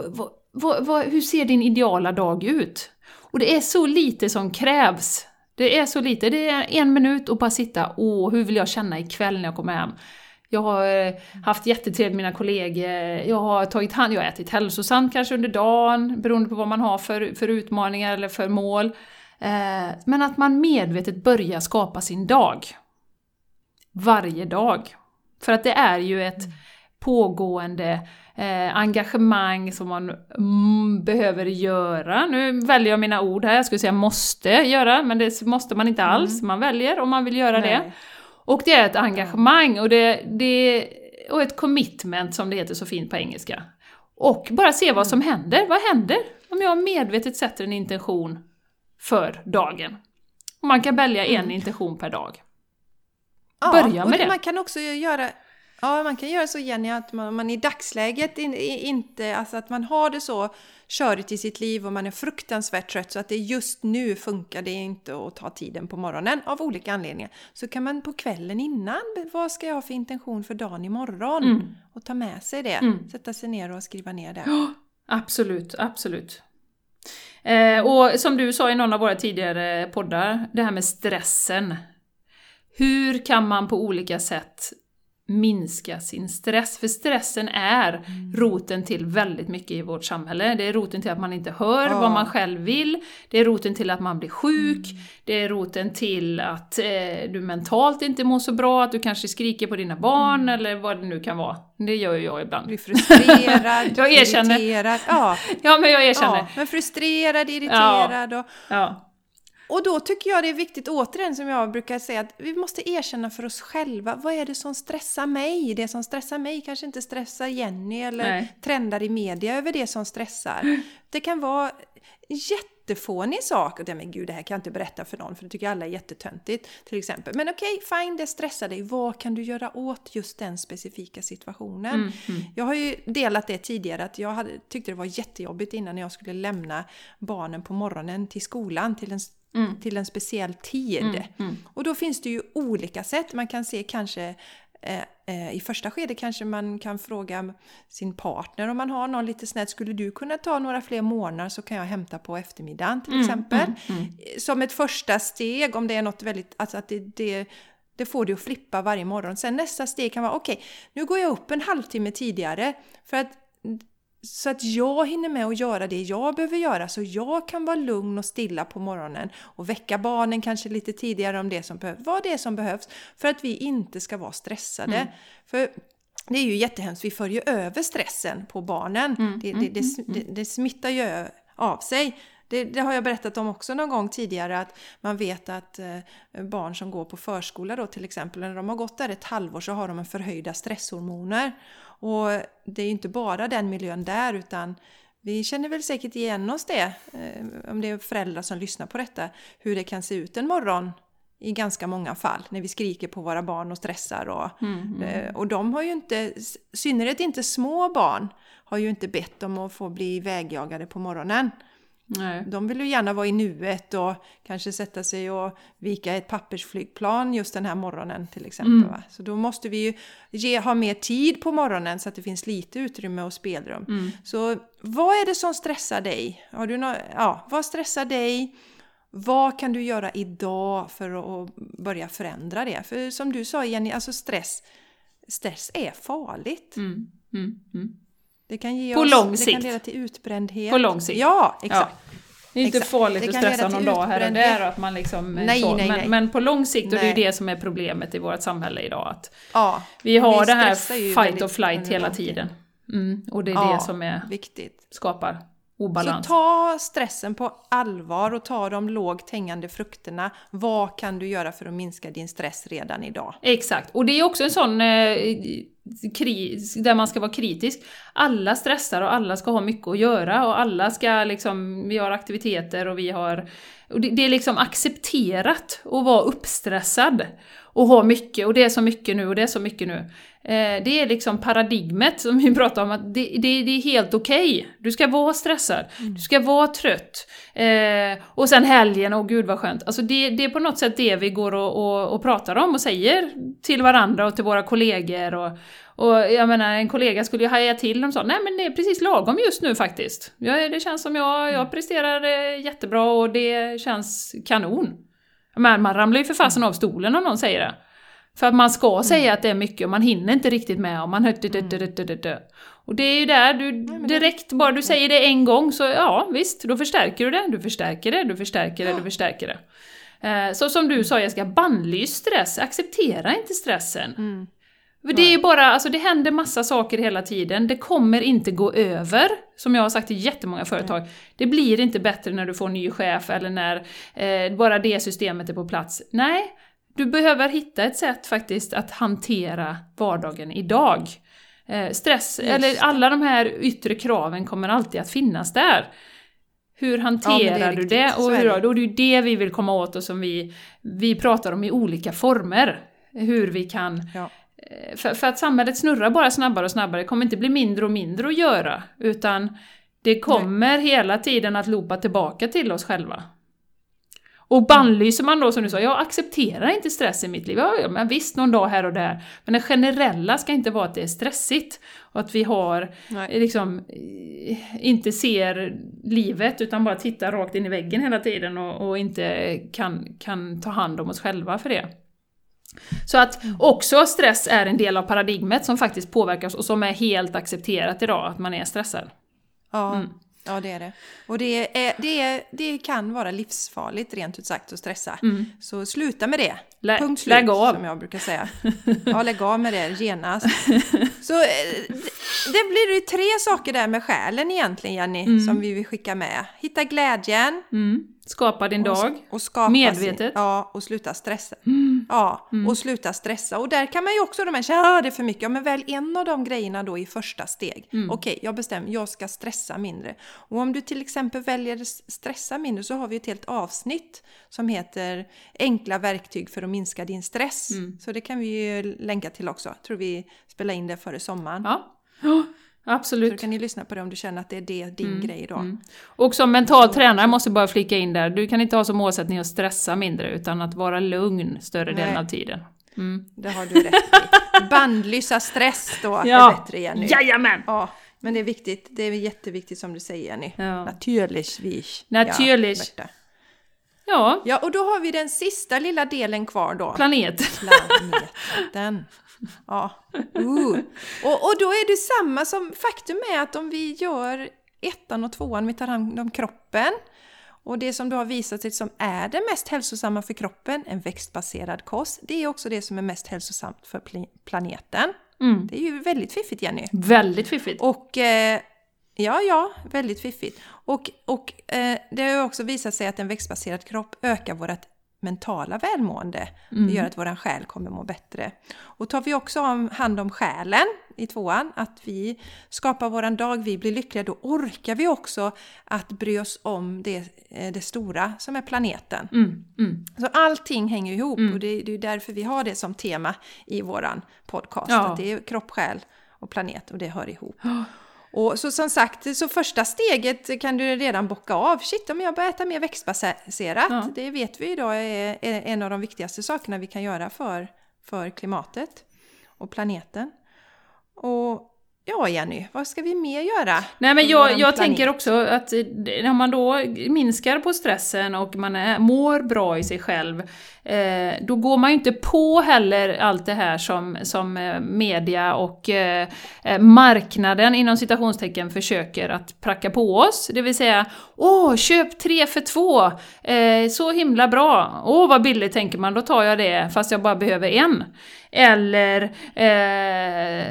A: hur ser din ideala dag ut? Och det är så lite som krävs. Det är så lite, det är 1 minut och bara sitta, hur vill jag känna ikväll när jag kommer hem? Jag har haft jättetrevligt med mina kollegor, jag har ätit hälsosamt kanske under dagen, beroende på vad man har för utmaningar eller för mål. Men att man medvetet börjar skapa sin dag. Varje dag. För att det är ju ett pågående engagemang som man behöver göra. Nu väljer jag mina ord här, jag skulle säga måste göra, men det måste man inte alls. Man väljer om man vill göra det. Och det är ett engagemang och och ett commitment som det heter så fint på engelska. Och bara se vad som händer. Vad händer om jag medvetet sätter en intention för dagen? Och man kan välja en intention per dag. Börja med det.
B: Man kan också göra... Ja, man kan göra så, Jenny, att man i dagsläget inte... Alltså att man har det så körigt i sitt liv och man är fruktansvärt trött så att det just nu funkar det inte att ta tiden på morgonen av olika anledningar. Så kan man på kvällen innan, vad ska jag ha för intention för dagen imorgon? Och ta med sig det. Sätta sig ner och skriva ner det.
A: Ja, absolut, absolut. Och som du sa i någon av våra tidigare poddar, det här med stressen. Hur kan man på olika sätt minska sin stress? För stressen är roten till väldigt mycket i vårt samhälle. Det är roten till att man inte hör vad man själv vill. Det är roten till att man blir sjuk. Det är roten till att du mentalt inte mår så bra. Att du kanske skriker på dina barn eller vad det nu kan vara. Det gör ju jag ibland.
B: Blir frustrerad,
A: jag erkänner.
B: irriterad.
A: Ja, men jag erkänner.
B: Ja, men frustrerad, irriterad.
A: Ja.
B: Och då tycker jag det är viktigt, återigen som jag brukar säga, att vi måste erkänna för oss själva. Vad är det som stressar mig? Det som stressar mig kanske inte stressar Jenny eller trendar i media över det som stressar. Det kan vara jättefånig sak. Och men gud, det här kan jag inte berätta för någon för det tycker alla är jättetöntigt till exempel. Men okej, fine, det stressar dig. Vad kan du göra åt just den specifika situationen? Jag har ju delat det tidigare att jag tyckte det var jättejobbigt innan jag skulle lämna barnen på morgonen till skolan till en speciell tid. Och då finns det ju olika sätt. Man kan se kanske i första skede kanske man kan fråga sin partner om man har någon lite snett. Skulle du kunna ta några fler månader så kan jag hämta på eftermiddagen till exempel. Som ett första steg om det är något väldigt... Alltså att det får du att flippa varje morgon. Sen nästa steg kan vara okej, nu går jag upp en halvtimme tidigare så att jag hinner med att göra det jag behöver göra. Så jag kan vara lugn och stilla på morgonen. Och väcka barnen kanske lite tidigare om det som behövs. Vad det är som behövs för att vi inte ska vara stressade. För det är ju jättehemskt. Vi för ju över stressen på barnen. Det smittar ju av sig. Det har jag berättat om också någon gång tidigare, att man vet att barn som går på förskola då till exempel, när de har gått där ett halvår så har de en förhöjda stresshormoner. Och det är ju inte bara den miljön där, utan vi känner väl säkert igen oss det, om det är föräldrar som lyssnar på detta, hur det kan se ut en morgon i ganska många fall när vi skriker på våra barn och stressar. Och de har ju inte, i synnerhet inte små barn, har ju inte bett om att få bli vägjagade på morgonen. Nej. De vill ju gärna vara i nuet och kanske sätta sig och vika ett pappersflygplan just den här morgonen till exempel. Va? Så då måste vi ju ha mer tid på morgonen så att det finns lite utrymme och spelrum. Så vad är det som stressar dig? Vad stressar dig? Vad kan du göra idag för att börja förändra det? För som du sa, Jenny, alltså stress är farligt. Det kan ge
A: på lång sikt.
B: Det kan leda till utbrändhet.
A: På lång sikt.
B: Ja, exakt.
A: Ja. Det är inte farligt att stressa någon dag här och där. Att man liksom
B: nej.
A: Men på lång sikt, och det är ju det som är problemet i vårt samhälle idag. Att
B: vi
A: har det här fight or flight hela tiden. Och det är det som
B: viktigt.
A: Skapar obalans.
B: Så ta stressen på allvar och ta de lågt hängande frukterna. Vad kan du göra för att minska din stress redan idag?
A: Exakt, och det är också en sån där man ska vara kritisk. Alla stressar och alla ska ha mycket att göra och alla ska liksom, vi har aktiviteter och vi har, och det är liksom accepterat att vara uppstressad och ha mycket, och det är så mycket nu och det är så mycket nu. Det är liksom paradigmet som vi pratar om, att det är helt okej. Du ska vara stressad, du ska vara trött. Och sen helgen, och gud vad skönt. Alltså det är på något sätt det vi går och pratar om och säger till varandra och till våra kollegor. Och jag menar, en kollega skulle ju haja till och sa, nej men det är precis lagom just nu faktiskt. Det känns som jag presterar jättebra och det känns kanon. Men man ramlar ju för fasen av stolen om någon säger det. För att man ska säga att det är mycket och man hinner inte riktigt med och man hör och det är ju där du direkt, bara du säger det en gång så ja visst, då förstärker du det, du förstärker det. Så som du sa, Jessica, bannlys stress, acceptera inte stressen. För det är ju bara, alltså det händer massa saker hela tiden, det kommer inte gå över, som jag har sagt till jättemånga företag. Det blir inte bättre när du får en ny chef eller när bara det systemet är på plats. Nej, du behöver hitta ett sätt faktiskt att hantera vardagen idag. Stress, eller alla de här yttre kraven kommer alltid att finnas där. Hur hanterar du det? Och det är ju det vi vill komma åt och som vi pratar om i olika former. Hur vi kan... Ja. För att samhället snurrar bara snabbare och snabbare. Det kommer inte bli mindre och mindre att göra. Utan det kommer hela tiden att loopa tillbaka till oss själva. Och bannlyser man då, som du sa, jag accepterar inte stress i mitt liv. Ja, men visst, någon dag här och där. Men det generella ska inte vara att det är stressigt. Och att vi har, liksom, inte ser livet utan bara tittar rakt in i väggen hela tiden. Och inte kan ta hand om oss själva för det. Så att också stress är en del av paradigmet som faktiskt påverkas och som är helt accepterat idag, att man är stressad.
B: Ja. Ja, det är det. Och det kan vara livsfarligt rent ut sagt att stressa. Så sluta med det. Punkt slut, lägg av. Som jag brukar säga. Ja, lägg av med det genast. Så det blir ju 3 saker där med själen egentligen, Jenny, som vi vill skicka med. Hitta glädjen.
A: Skapa din dag.
B: Och skapa
A: medvetet.
B: Och sluta stressa. Och sluta stressa. Och där kan man ju också det är för mycket. Ja, men väl en av de grejerna då i första steg. Okej, jag bestämmer, jag ska stressa mindre. Och om du till exempel väljer stressa mindre så har vi ett helt avsnitt som heter enkla verktyg för att minska din stress. Så det kan vi ju länka till också. Jag tror vi spelar in det före sommaren.
A: Ja, absolut.
B: Så kan ni lyssna på det om du känner att det är din grej då.
A: Och som mental tränare måste jag bara flika in där. Du kan inte ha som målsättning att stressa mindre utan att vara lugn större delen av tiden.
B: Det har du rätt i. Bandlysa stress då är bättre, Jenny.
A: Jajamän!
B: Ja, men det är viktigt. Det är jätteviktigt som du säger, Jenny. Ja. Naturligtvis. Ja, och då har vi den sista lilla delen kvar då. Planeten. Ja. Och då är det samma som faktum är att om vi gör 1 och 2, vi tar hand om kroppen. Och det som då har visat sig som är det mest hälsosamma för kroppen, en växtbaserad kost, det är också det som är mest hälsosamt för planeten. Det är ju väldigt fiffigt, Jenny.
A: Väldigt fiffigt.
B: Och väldigt fiffigt. Och det har också visat sig att en växtbaserad kropp ökar vårt mentala välmående. Det gör att våran själ kommer må bättre. Och tar vi också hand om själen i 2:an, att vi skapar våran dag, vi blir lyckliga, då orkar vi också att bry oss om det stora som är planeten. Så allting hänger ihop och det är därför vi har det som tema i våran podcast. Att det är kropp, själ och planet och det hör ihop. Och så som sagt, så första steget kan du redan bocka av. Shit, om jag börjar äta mer växtbaserat, det vet vi idag är en av de viktigaste sakerna vi kan göra för klimatet och planeten. Och ja, Jenny, vad ska vi mer göra?
A: Nej, men jag tänker också att när man då minskar på stressen och man mår bra i sig själv, då går man ju inte på heller allt det här som media och marknaden inom citationstecken försöker att pracka på oss. Det vill säga, köp 3 för 2, så himla bra. Vad billigt, tänker man, då tar jag det fast jag bara behöver 1. Eller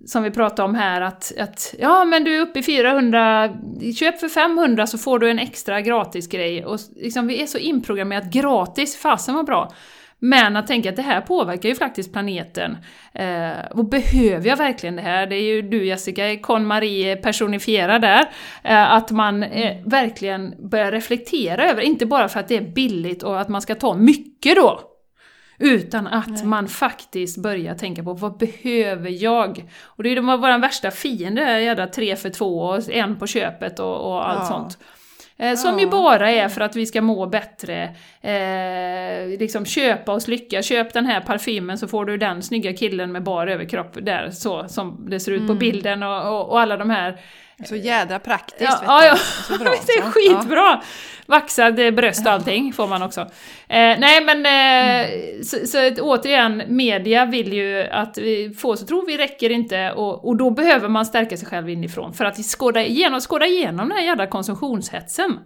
A: som vi pratade om här, att ja, men du är uppe i 400, köp för 500 så får du en extra gratis grej. Och liksom, vi är så inprogrammerat gratis, fasen var bra. Men att tänka att det här påverkar ju faktiskt planeten. Och behöver jag verkligen det här? Det är ju du, Jessica, Con-Marie personifierad där. Att man verkligen börjar reflektera över, inte bara för att det är billigt och att man ska ta mycket då. Utan att man faktiskt börjar tänka på, vad behöver jag? Och det är ju vår värsta fiende, jävla 3 för 2 och 1 på köpet och allt sånt. Som ju bara är för att vi ska må bättre. Liksom köpa oss lycka. Köp den här parfymen så får du den snygga killen med bar överkropp där, så som det ser ut på bilden och alla de här.
B: Så jädra praktiskt.
A: Ja. Så bra, det är skitbra. Ja. Vaxad bröst och allting får man också. Så återigen, media vill ju att vi får, så tror vi räcker inte. Och då behöver man stärka sig själv inifrån. För att skåda igenom den här jävla konsumtionshetsen.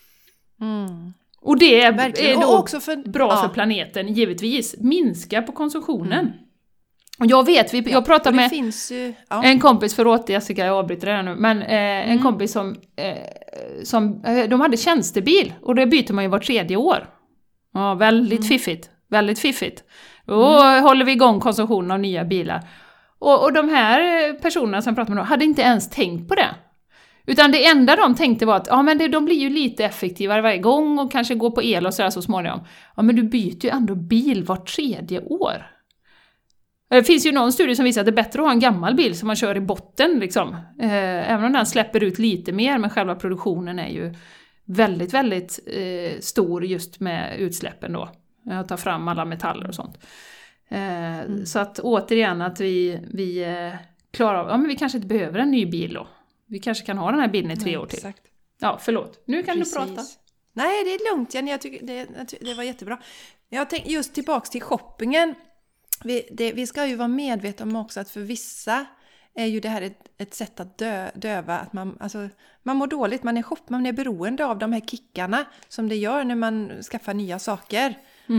A: Och det är då också bra för planeten, givetvis. Minska på konsumtionen. Och jag vet, jag pratade med en kompis, förlåt Jessica, jag avbryter det här nu, men en kompis som de hade tjänstebil, och det byter man ju var 3:e år. Ja, väldigt fiffigt. Då håller vi igång konsumtionen av nya bilar. Och de här personerna som pratade med dem hade inte ens tänkt på det. Utan det enda de tänkte var att men de blir ju lite effektivare varje gång och kanske går på el och så småningom. Ja, men du byter ju ändå bil var 3:e år. Det finns ju någon studie som visar att det är bättre att ha en gammal bil som man kör i botten liksom. Även om den släpper ut lite mer, men själva produktionen är ju väldigt, väldigt stor just med utsläppen då. Att ta fram alla metaller och sånt. Så att återigen att vi klarar av, men vi kanske inte behöver en ny bil då. Vi kanske kan ha den här bilen i 3 år till. Exakt. Ja, förlåt. Nu kan du prata.
B: Nej, det är lugnt, Jenny. Jag tycker det var jättebra. Jag tänkte just tillbaks till shoppingen. Vi ska ju vara medvetna om också att för vissa är ju det här ett sätt att döva. Att man mår dåligt, man är beroende av de här kickarna som det gör när man skaffar nya saker.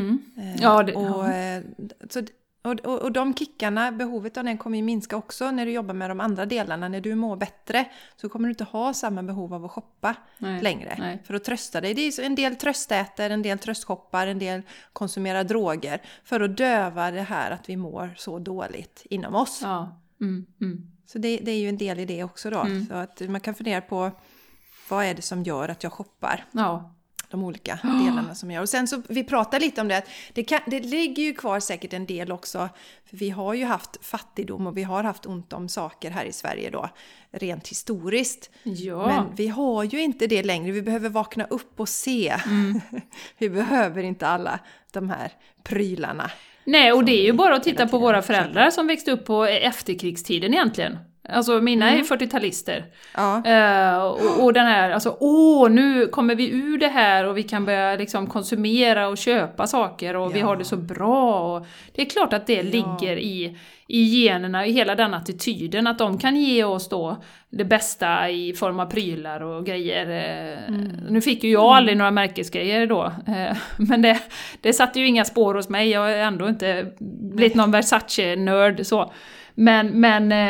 B: Och de kickarna, behovet av den kommer ju minska också när du jobbar med de andra delarna. När du mår bättre så kommer du inte ha samma behov av att shoppa längre. Nej. För att trösta dig. Det är en del tröstäter, en del tröstshoppar, en del konsumerar droger. För att döva det här att vi mår så dåligt inom oss. Ja. Så det är ju en del i det också då. Så att man kan fundera på, vad är det som gör att jag shoppar? Ja. De olika delarna som jag gör. Och sen så, vi pratar lite om det, att det ligger ju kvar säkert en del också. För vi har ju haft fattigdom och vi har haft ont om saker här i Sverige då. Rent historiskt. Ja. Men vi har ju inte det längre. Vi behöver vakna upp och se. Vi behöver inte alla de här prylarna.
A: Nej, och det är ju bara att titta på våra föräldrar som växte upp på efterkrigstiden egentligen. Alltså mina är 40-talister. Ja. Och den här, alltså nu kommer vi ur det här och vi kan börja liksom konsumera och köpa saker och vi har det så bra. Och det är klart att det ligger i generna, i hela den attityden, att de kan ge oss då det bästa i form av prylar och grejer. Nu fick ju jag aldrig några märkesgrejer då, men det satte ju inga spår hos mig. Jag har ändå inte blivit någon Versace-nörd så. Men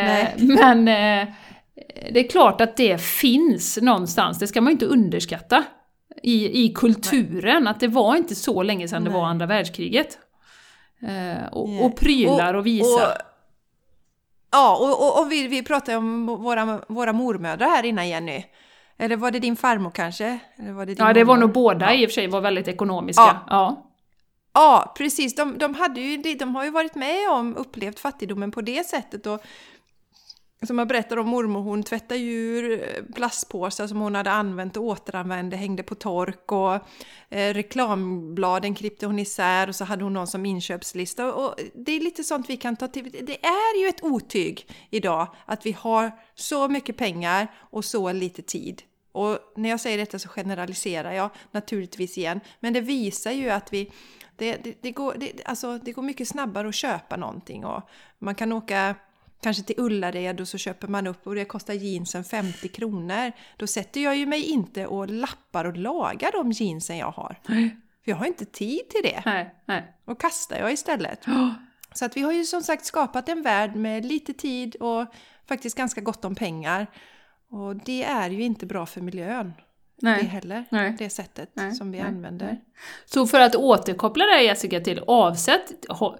A: det är klart att det finns någonstans. Det ska man ju inte underskatta i kulturen. Att det var inte så länge sedan det var andra världskriget. Och prylar och visa.
B: Och vi pratade om våra mormödrar här innan, Jenny. Eller var det din farmor kanske? Eller var det din
A: det var nog båda i och för sig, var väldigt ekonomiska.
B: Ja, precis. De har ju varit med om upplevt fattigdomen på det sättet. Och som jag berättade om mormor, hon tvättade ur plastpåsar som hon hade använt och återanvände, hängde på tork, och reklambladen klippte hon isär, och så hade hon någon som inköpslista. Och det är lite sånt vi kan ta till. Det är ju ett otyg idag att vi har så mycket pengar och så lite tid. Och när jag säger detta så generaliserar jag naturligtvis igen. Men det visar ju att det går mycket snabbare att köpa någonting. Och man kan åka kanske till Ullared och så köper man upp, och det kostar jeansen 50 kronor. Då sätter jag ju mig inte och lappar och lagar de jeansen jag har. För jag har inte tid till det.
A: Nej.
B: Och kastar jag istället. Så att vi har ju som sagt skapat en värld med lite tid och faktiskt ganska gott om pengar. Och det är ju inte bra för miljön.
A: Nej.
B: Det heller, det sättet som vi använder. Nej.
A: Så för att återkoppla det, Jessica, till avsätt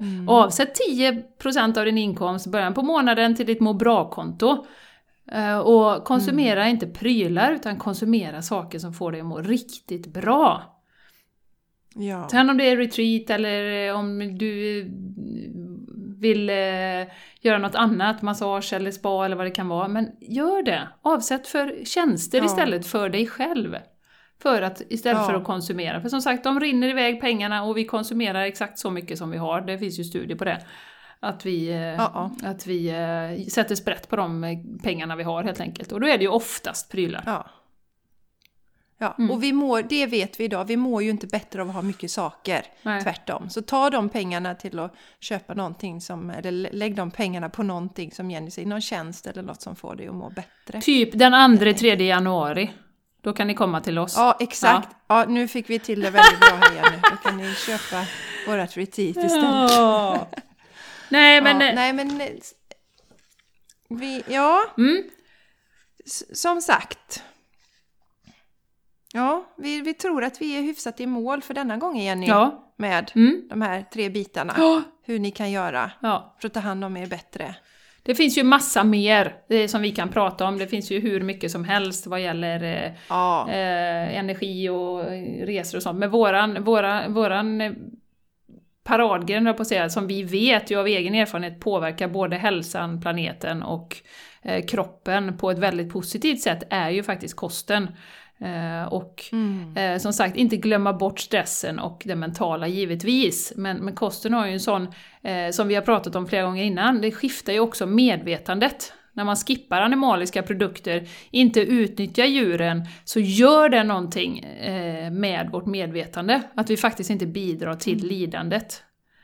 A: 10% av din inkomst början på månaden till ditt må bra-konto. Och konsumera inte prylar, utan konsumera saker som får dig att må riktigt bra.
B: Ja.
A: Sen om det är retreat eller om du vill göra något annat, massage eller spa eller vad det kan vara. Men gör det. Avsätt för tjänster istället för dig själv. Istället för att konsumera. För som sagt, de rinner iväg pengarna och vi konsumerar exakt så mycket som vi har. Det finns ju studier på det. Att vi sätter sprätt på de pengarna vi har helt enkelt. Och då är det ju oftast prylar.
B: Ja, och det vet vi idag, vi mår ju inte bättre av att ha mycket saker, tvärtom. Så ta de pengarna till att köpa någonting eller lägg de pengarna på någonting som ger sig, någon tjänst eller något som får dig att må bättre.
A: Typ den 2-3 januari, då kan ni komma till oss.
B: Ja, exakt. Ja, nu fick vi till det väldigt bra här igen. Då kan ni köpa vårat retreat istället.
A: Nej, men...
B: Som sagt... Ja, vi tror att vi är hyfsat i mål för denna gången, Jenny, med de här 3 bitarna. Hur ni kan göra för att ta hand om er bättre.
A: Det finns ju massa mer som vi kan prata om. Det finns ju hur mycket som helst vad gäller energi och resor och sånt. Men våran paradgren, på att säga, som vi vet ju av egen erfarenhet påverkar både hälsan, planeten och kroppen på ett väldigt positivt sätt, är ju faktiskt kosten. Som sagt, inte glömma bort stressen och det mentala givetvis, men kosten har ju en sån som vi har pratat om flera gånger innan, det skiftar ju också medvetandet. När man skippar animaliska produkter, inte utnyttjar djuren, så gör det någonting med vårt medvetande, att vi faktiskt inte bidrar till lidandet.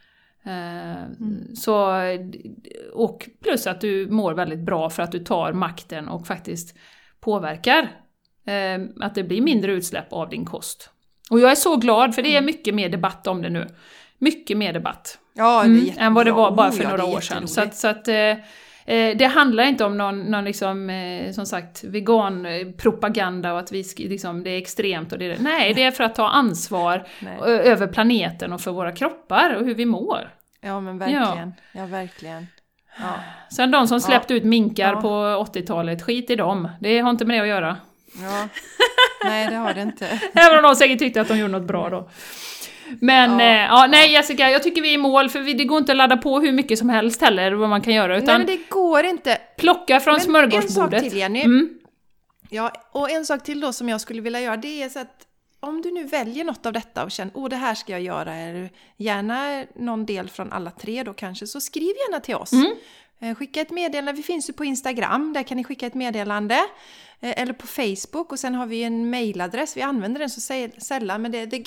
A: Och plus att du mår väldigt bra för att du tar makten och faktiskt påverkar att det blir mindre utsläpp av din kost. Och jag är så glad, för det är mycket mer debatt om det nu. Mycket mer debatt.
B: Ja, det är jättebra.
A: Än vad det var bara för några år sedan. Så att det handlar inte om någon liksom, som sagt, veganpropaganda och att vi liksom, det är extremt. Och nej, det är för att ta ansvar över planeten och för våra kroppar och hur vi mår.
B: Ja, men verkligen. Ja, verkligen. Ja.
A: Sen de som släppte ut minkar på 80-talet, skit i dem. Det har inte med det att göra.
B: Ja. Nej, det har det inte.
A: Även om de säkert tyckte att de gjorde något bra då. Men nej Jessica, jag tycker vi är i mål, för det går inte att ladda på hur mycket som helst heller vad man kan göra, utan
B: nej, men det går inte.
A: Plocka från smörgåsbordet.
B: En sak till, Jenny. Ja, och en sak till då som jag skulle vilja göra, det är så att om du nu väljer något av detta och känner, det här ska jag göra, eller gärna någon del från alla 3 då kanske, så skriv gärna till oss. Skicka ett meddelande, vi finns ju på Instagram, där kan ni skicka ett meddelande. Eller på Facebook, och sen har vi en mailadress, vi använder den så sällan, men det är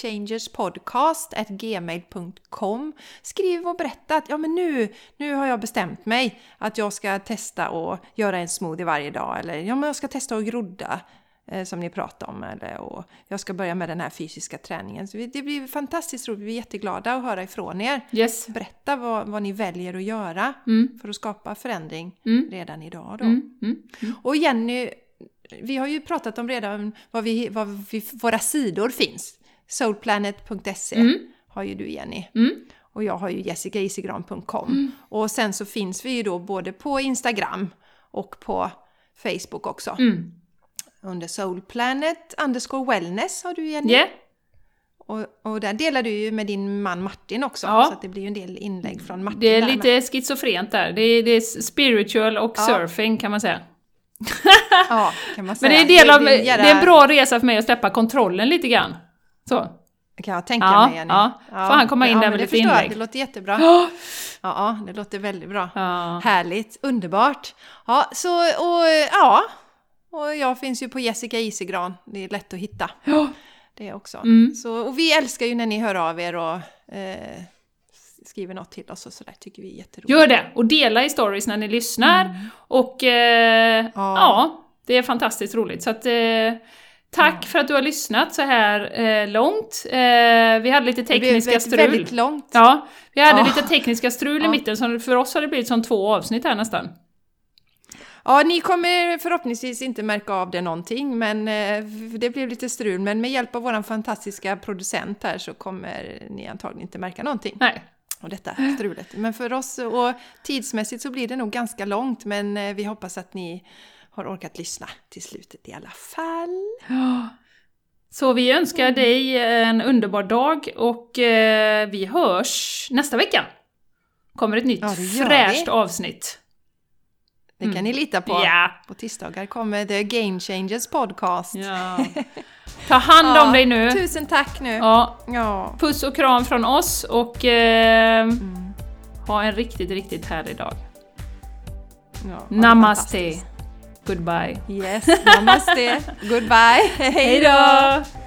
B: thegamechangerspodcast@gmail.com. Skriv och berätta att men nu har jag bestämt mig att jag ska testa och göra en smoothie varje dag, eller men jag ska testa att grodda som ni pratade om, och jag ska börja med den här fysiska träningen. Så det blir fantastiskt roligt, vi är jätteglada att höra ifrån er.
A: Yes.
B: Berätta vad ni väljer att göra för att skapa förändring redan idag då. Och Jenny, vi har ju pratat om redan våra sidor finns. Soulplanet.se har ju du, Jenny. Och jag har ju jessicaisigran.com. Och sen så finns vi ju då både på Instagram och på Facebook också. Under Soulplanet_wellness har du, Jenny.
A: Yeah.
B: Och där delar du ju med din man Martin också. Så att det blir ju en del inlägg från Martin.
A: Det är lite schizofrent där. Det är spiritual och surfing kan man säga.
B: Ja, kan man säga.
A: Men det är en bra resa för mig att släppa kontrollen lite grann. Så.
B: Kan jag tänka mig, Jenny.
A: Ja. Får han komma in där med lite inlägg.
B: Det låter jättebra. Ja, det låter väldigt bra. Härligt, underbart. Ja, och jag finns ju på Jessica Isigran. Det är lätt att hitta. Det också. Så, och vi älskar ju när ni hör av er och skriver något till oss och sådär, tycker vi är jätteroligt.
A: Gör det, och dela i stories när ni lyssnar. Och det är fantastiskt roligt. Så att Tack för att du har lyssnat så här långt. Vi hade lite tekniska strul.
B: Väldigt långt.
A: Ja, vi hade lite tekniska strul i mitten, så för oss har det blivit som 2 avsnitt här nästan.
B: Ja, ni kommer förhoppningsvis inte märka av det någonting, men det blev lite strul. Men med hjälp av våran fantastiska producent här så kommer ni antagligen inte märka någonting.
A: Nej.
B: Och detta strulet. Men för oss, och tidsmässigt så blir det nog ganska långt, men vi hoppas att ni har orkat lyssna till slutet i alla fall.
A: Så vi önskar dig en underbar dag, och vi hörs nästa vecka. Kommer ett nytt fräscht avsnitt.
B: Det kan ni lita på.
A: Ja.
B: På tisdagar kommer The Game Changers podcast.
A: Ja. Ta hand om dig nu.
B: Tusen tack nu.
A: Ja. Puss och kram från oss, och ha en riktigt, riktigt härlig dag.
B: Ja,
A: Namaste. Goodbye.
B: Yes, namaste. Goodbye. Hej då.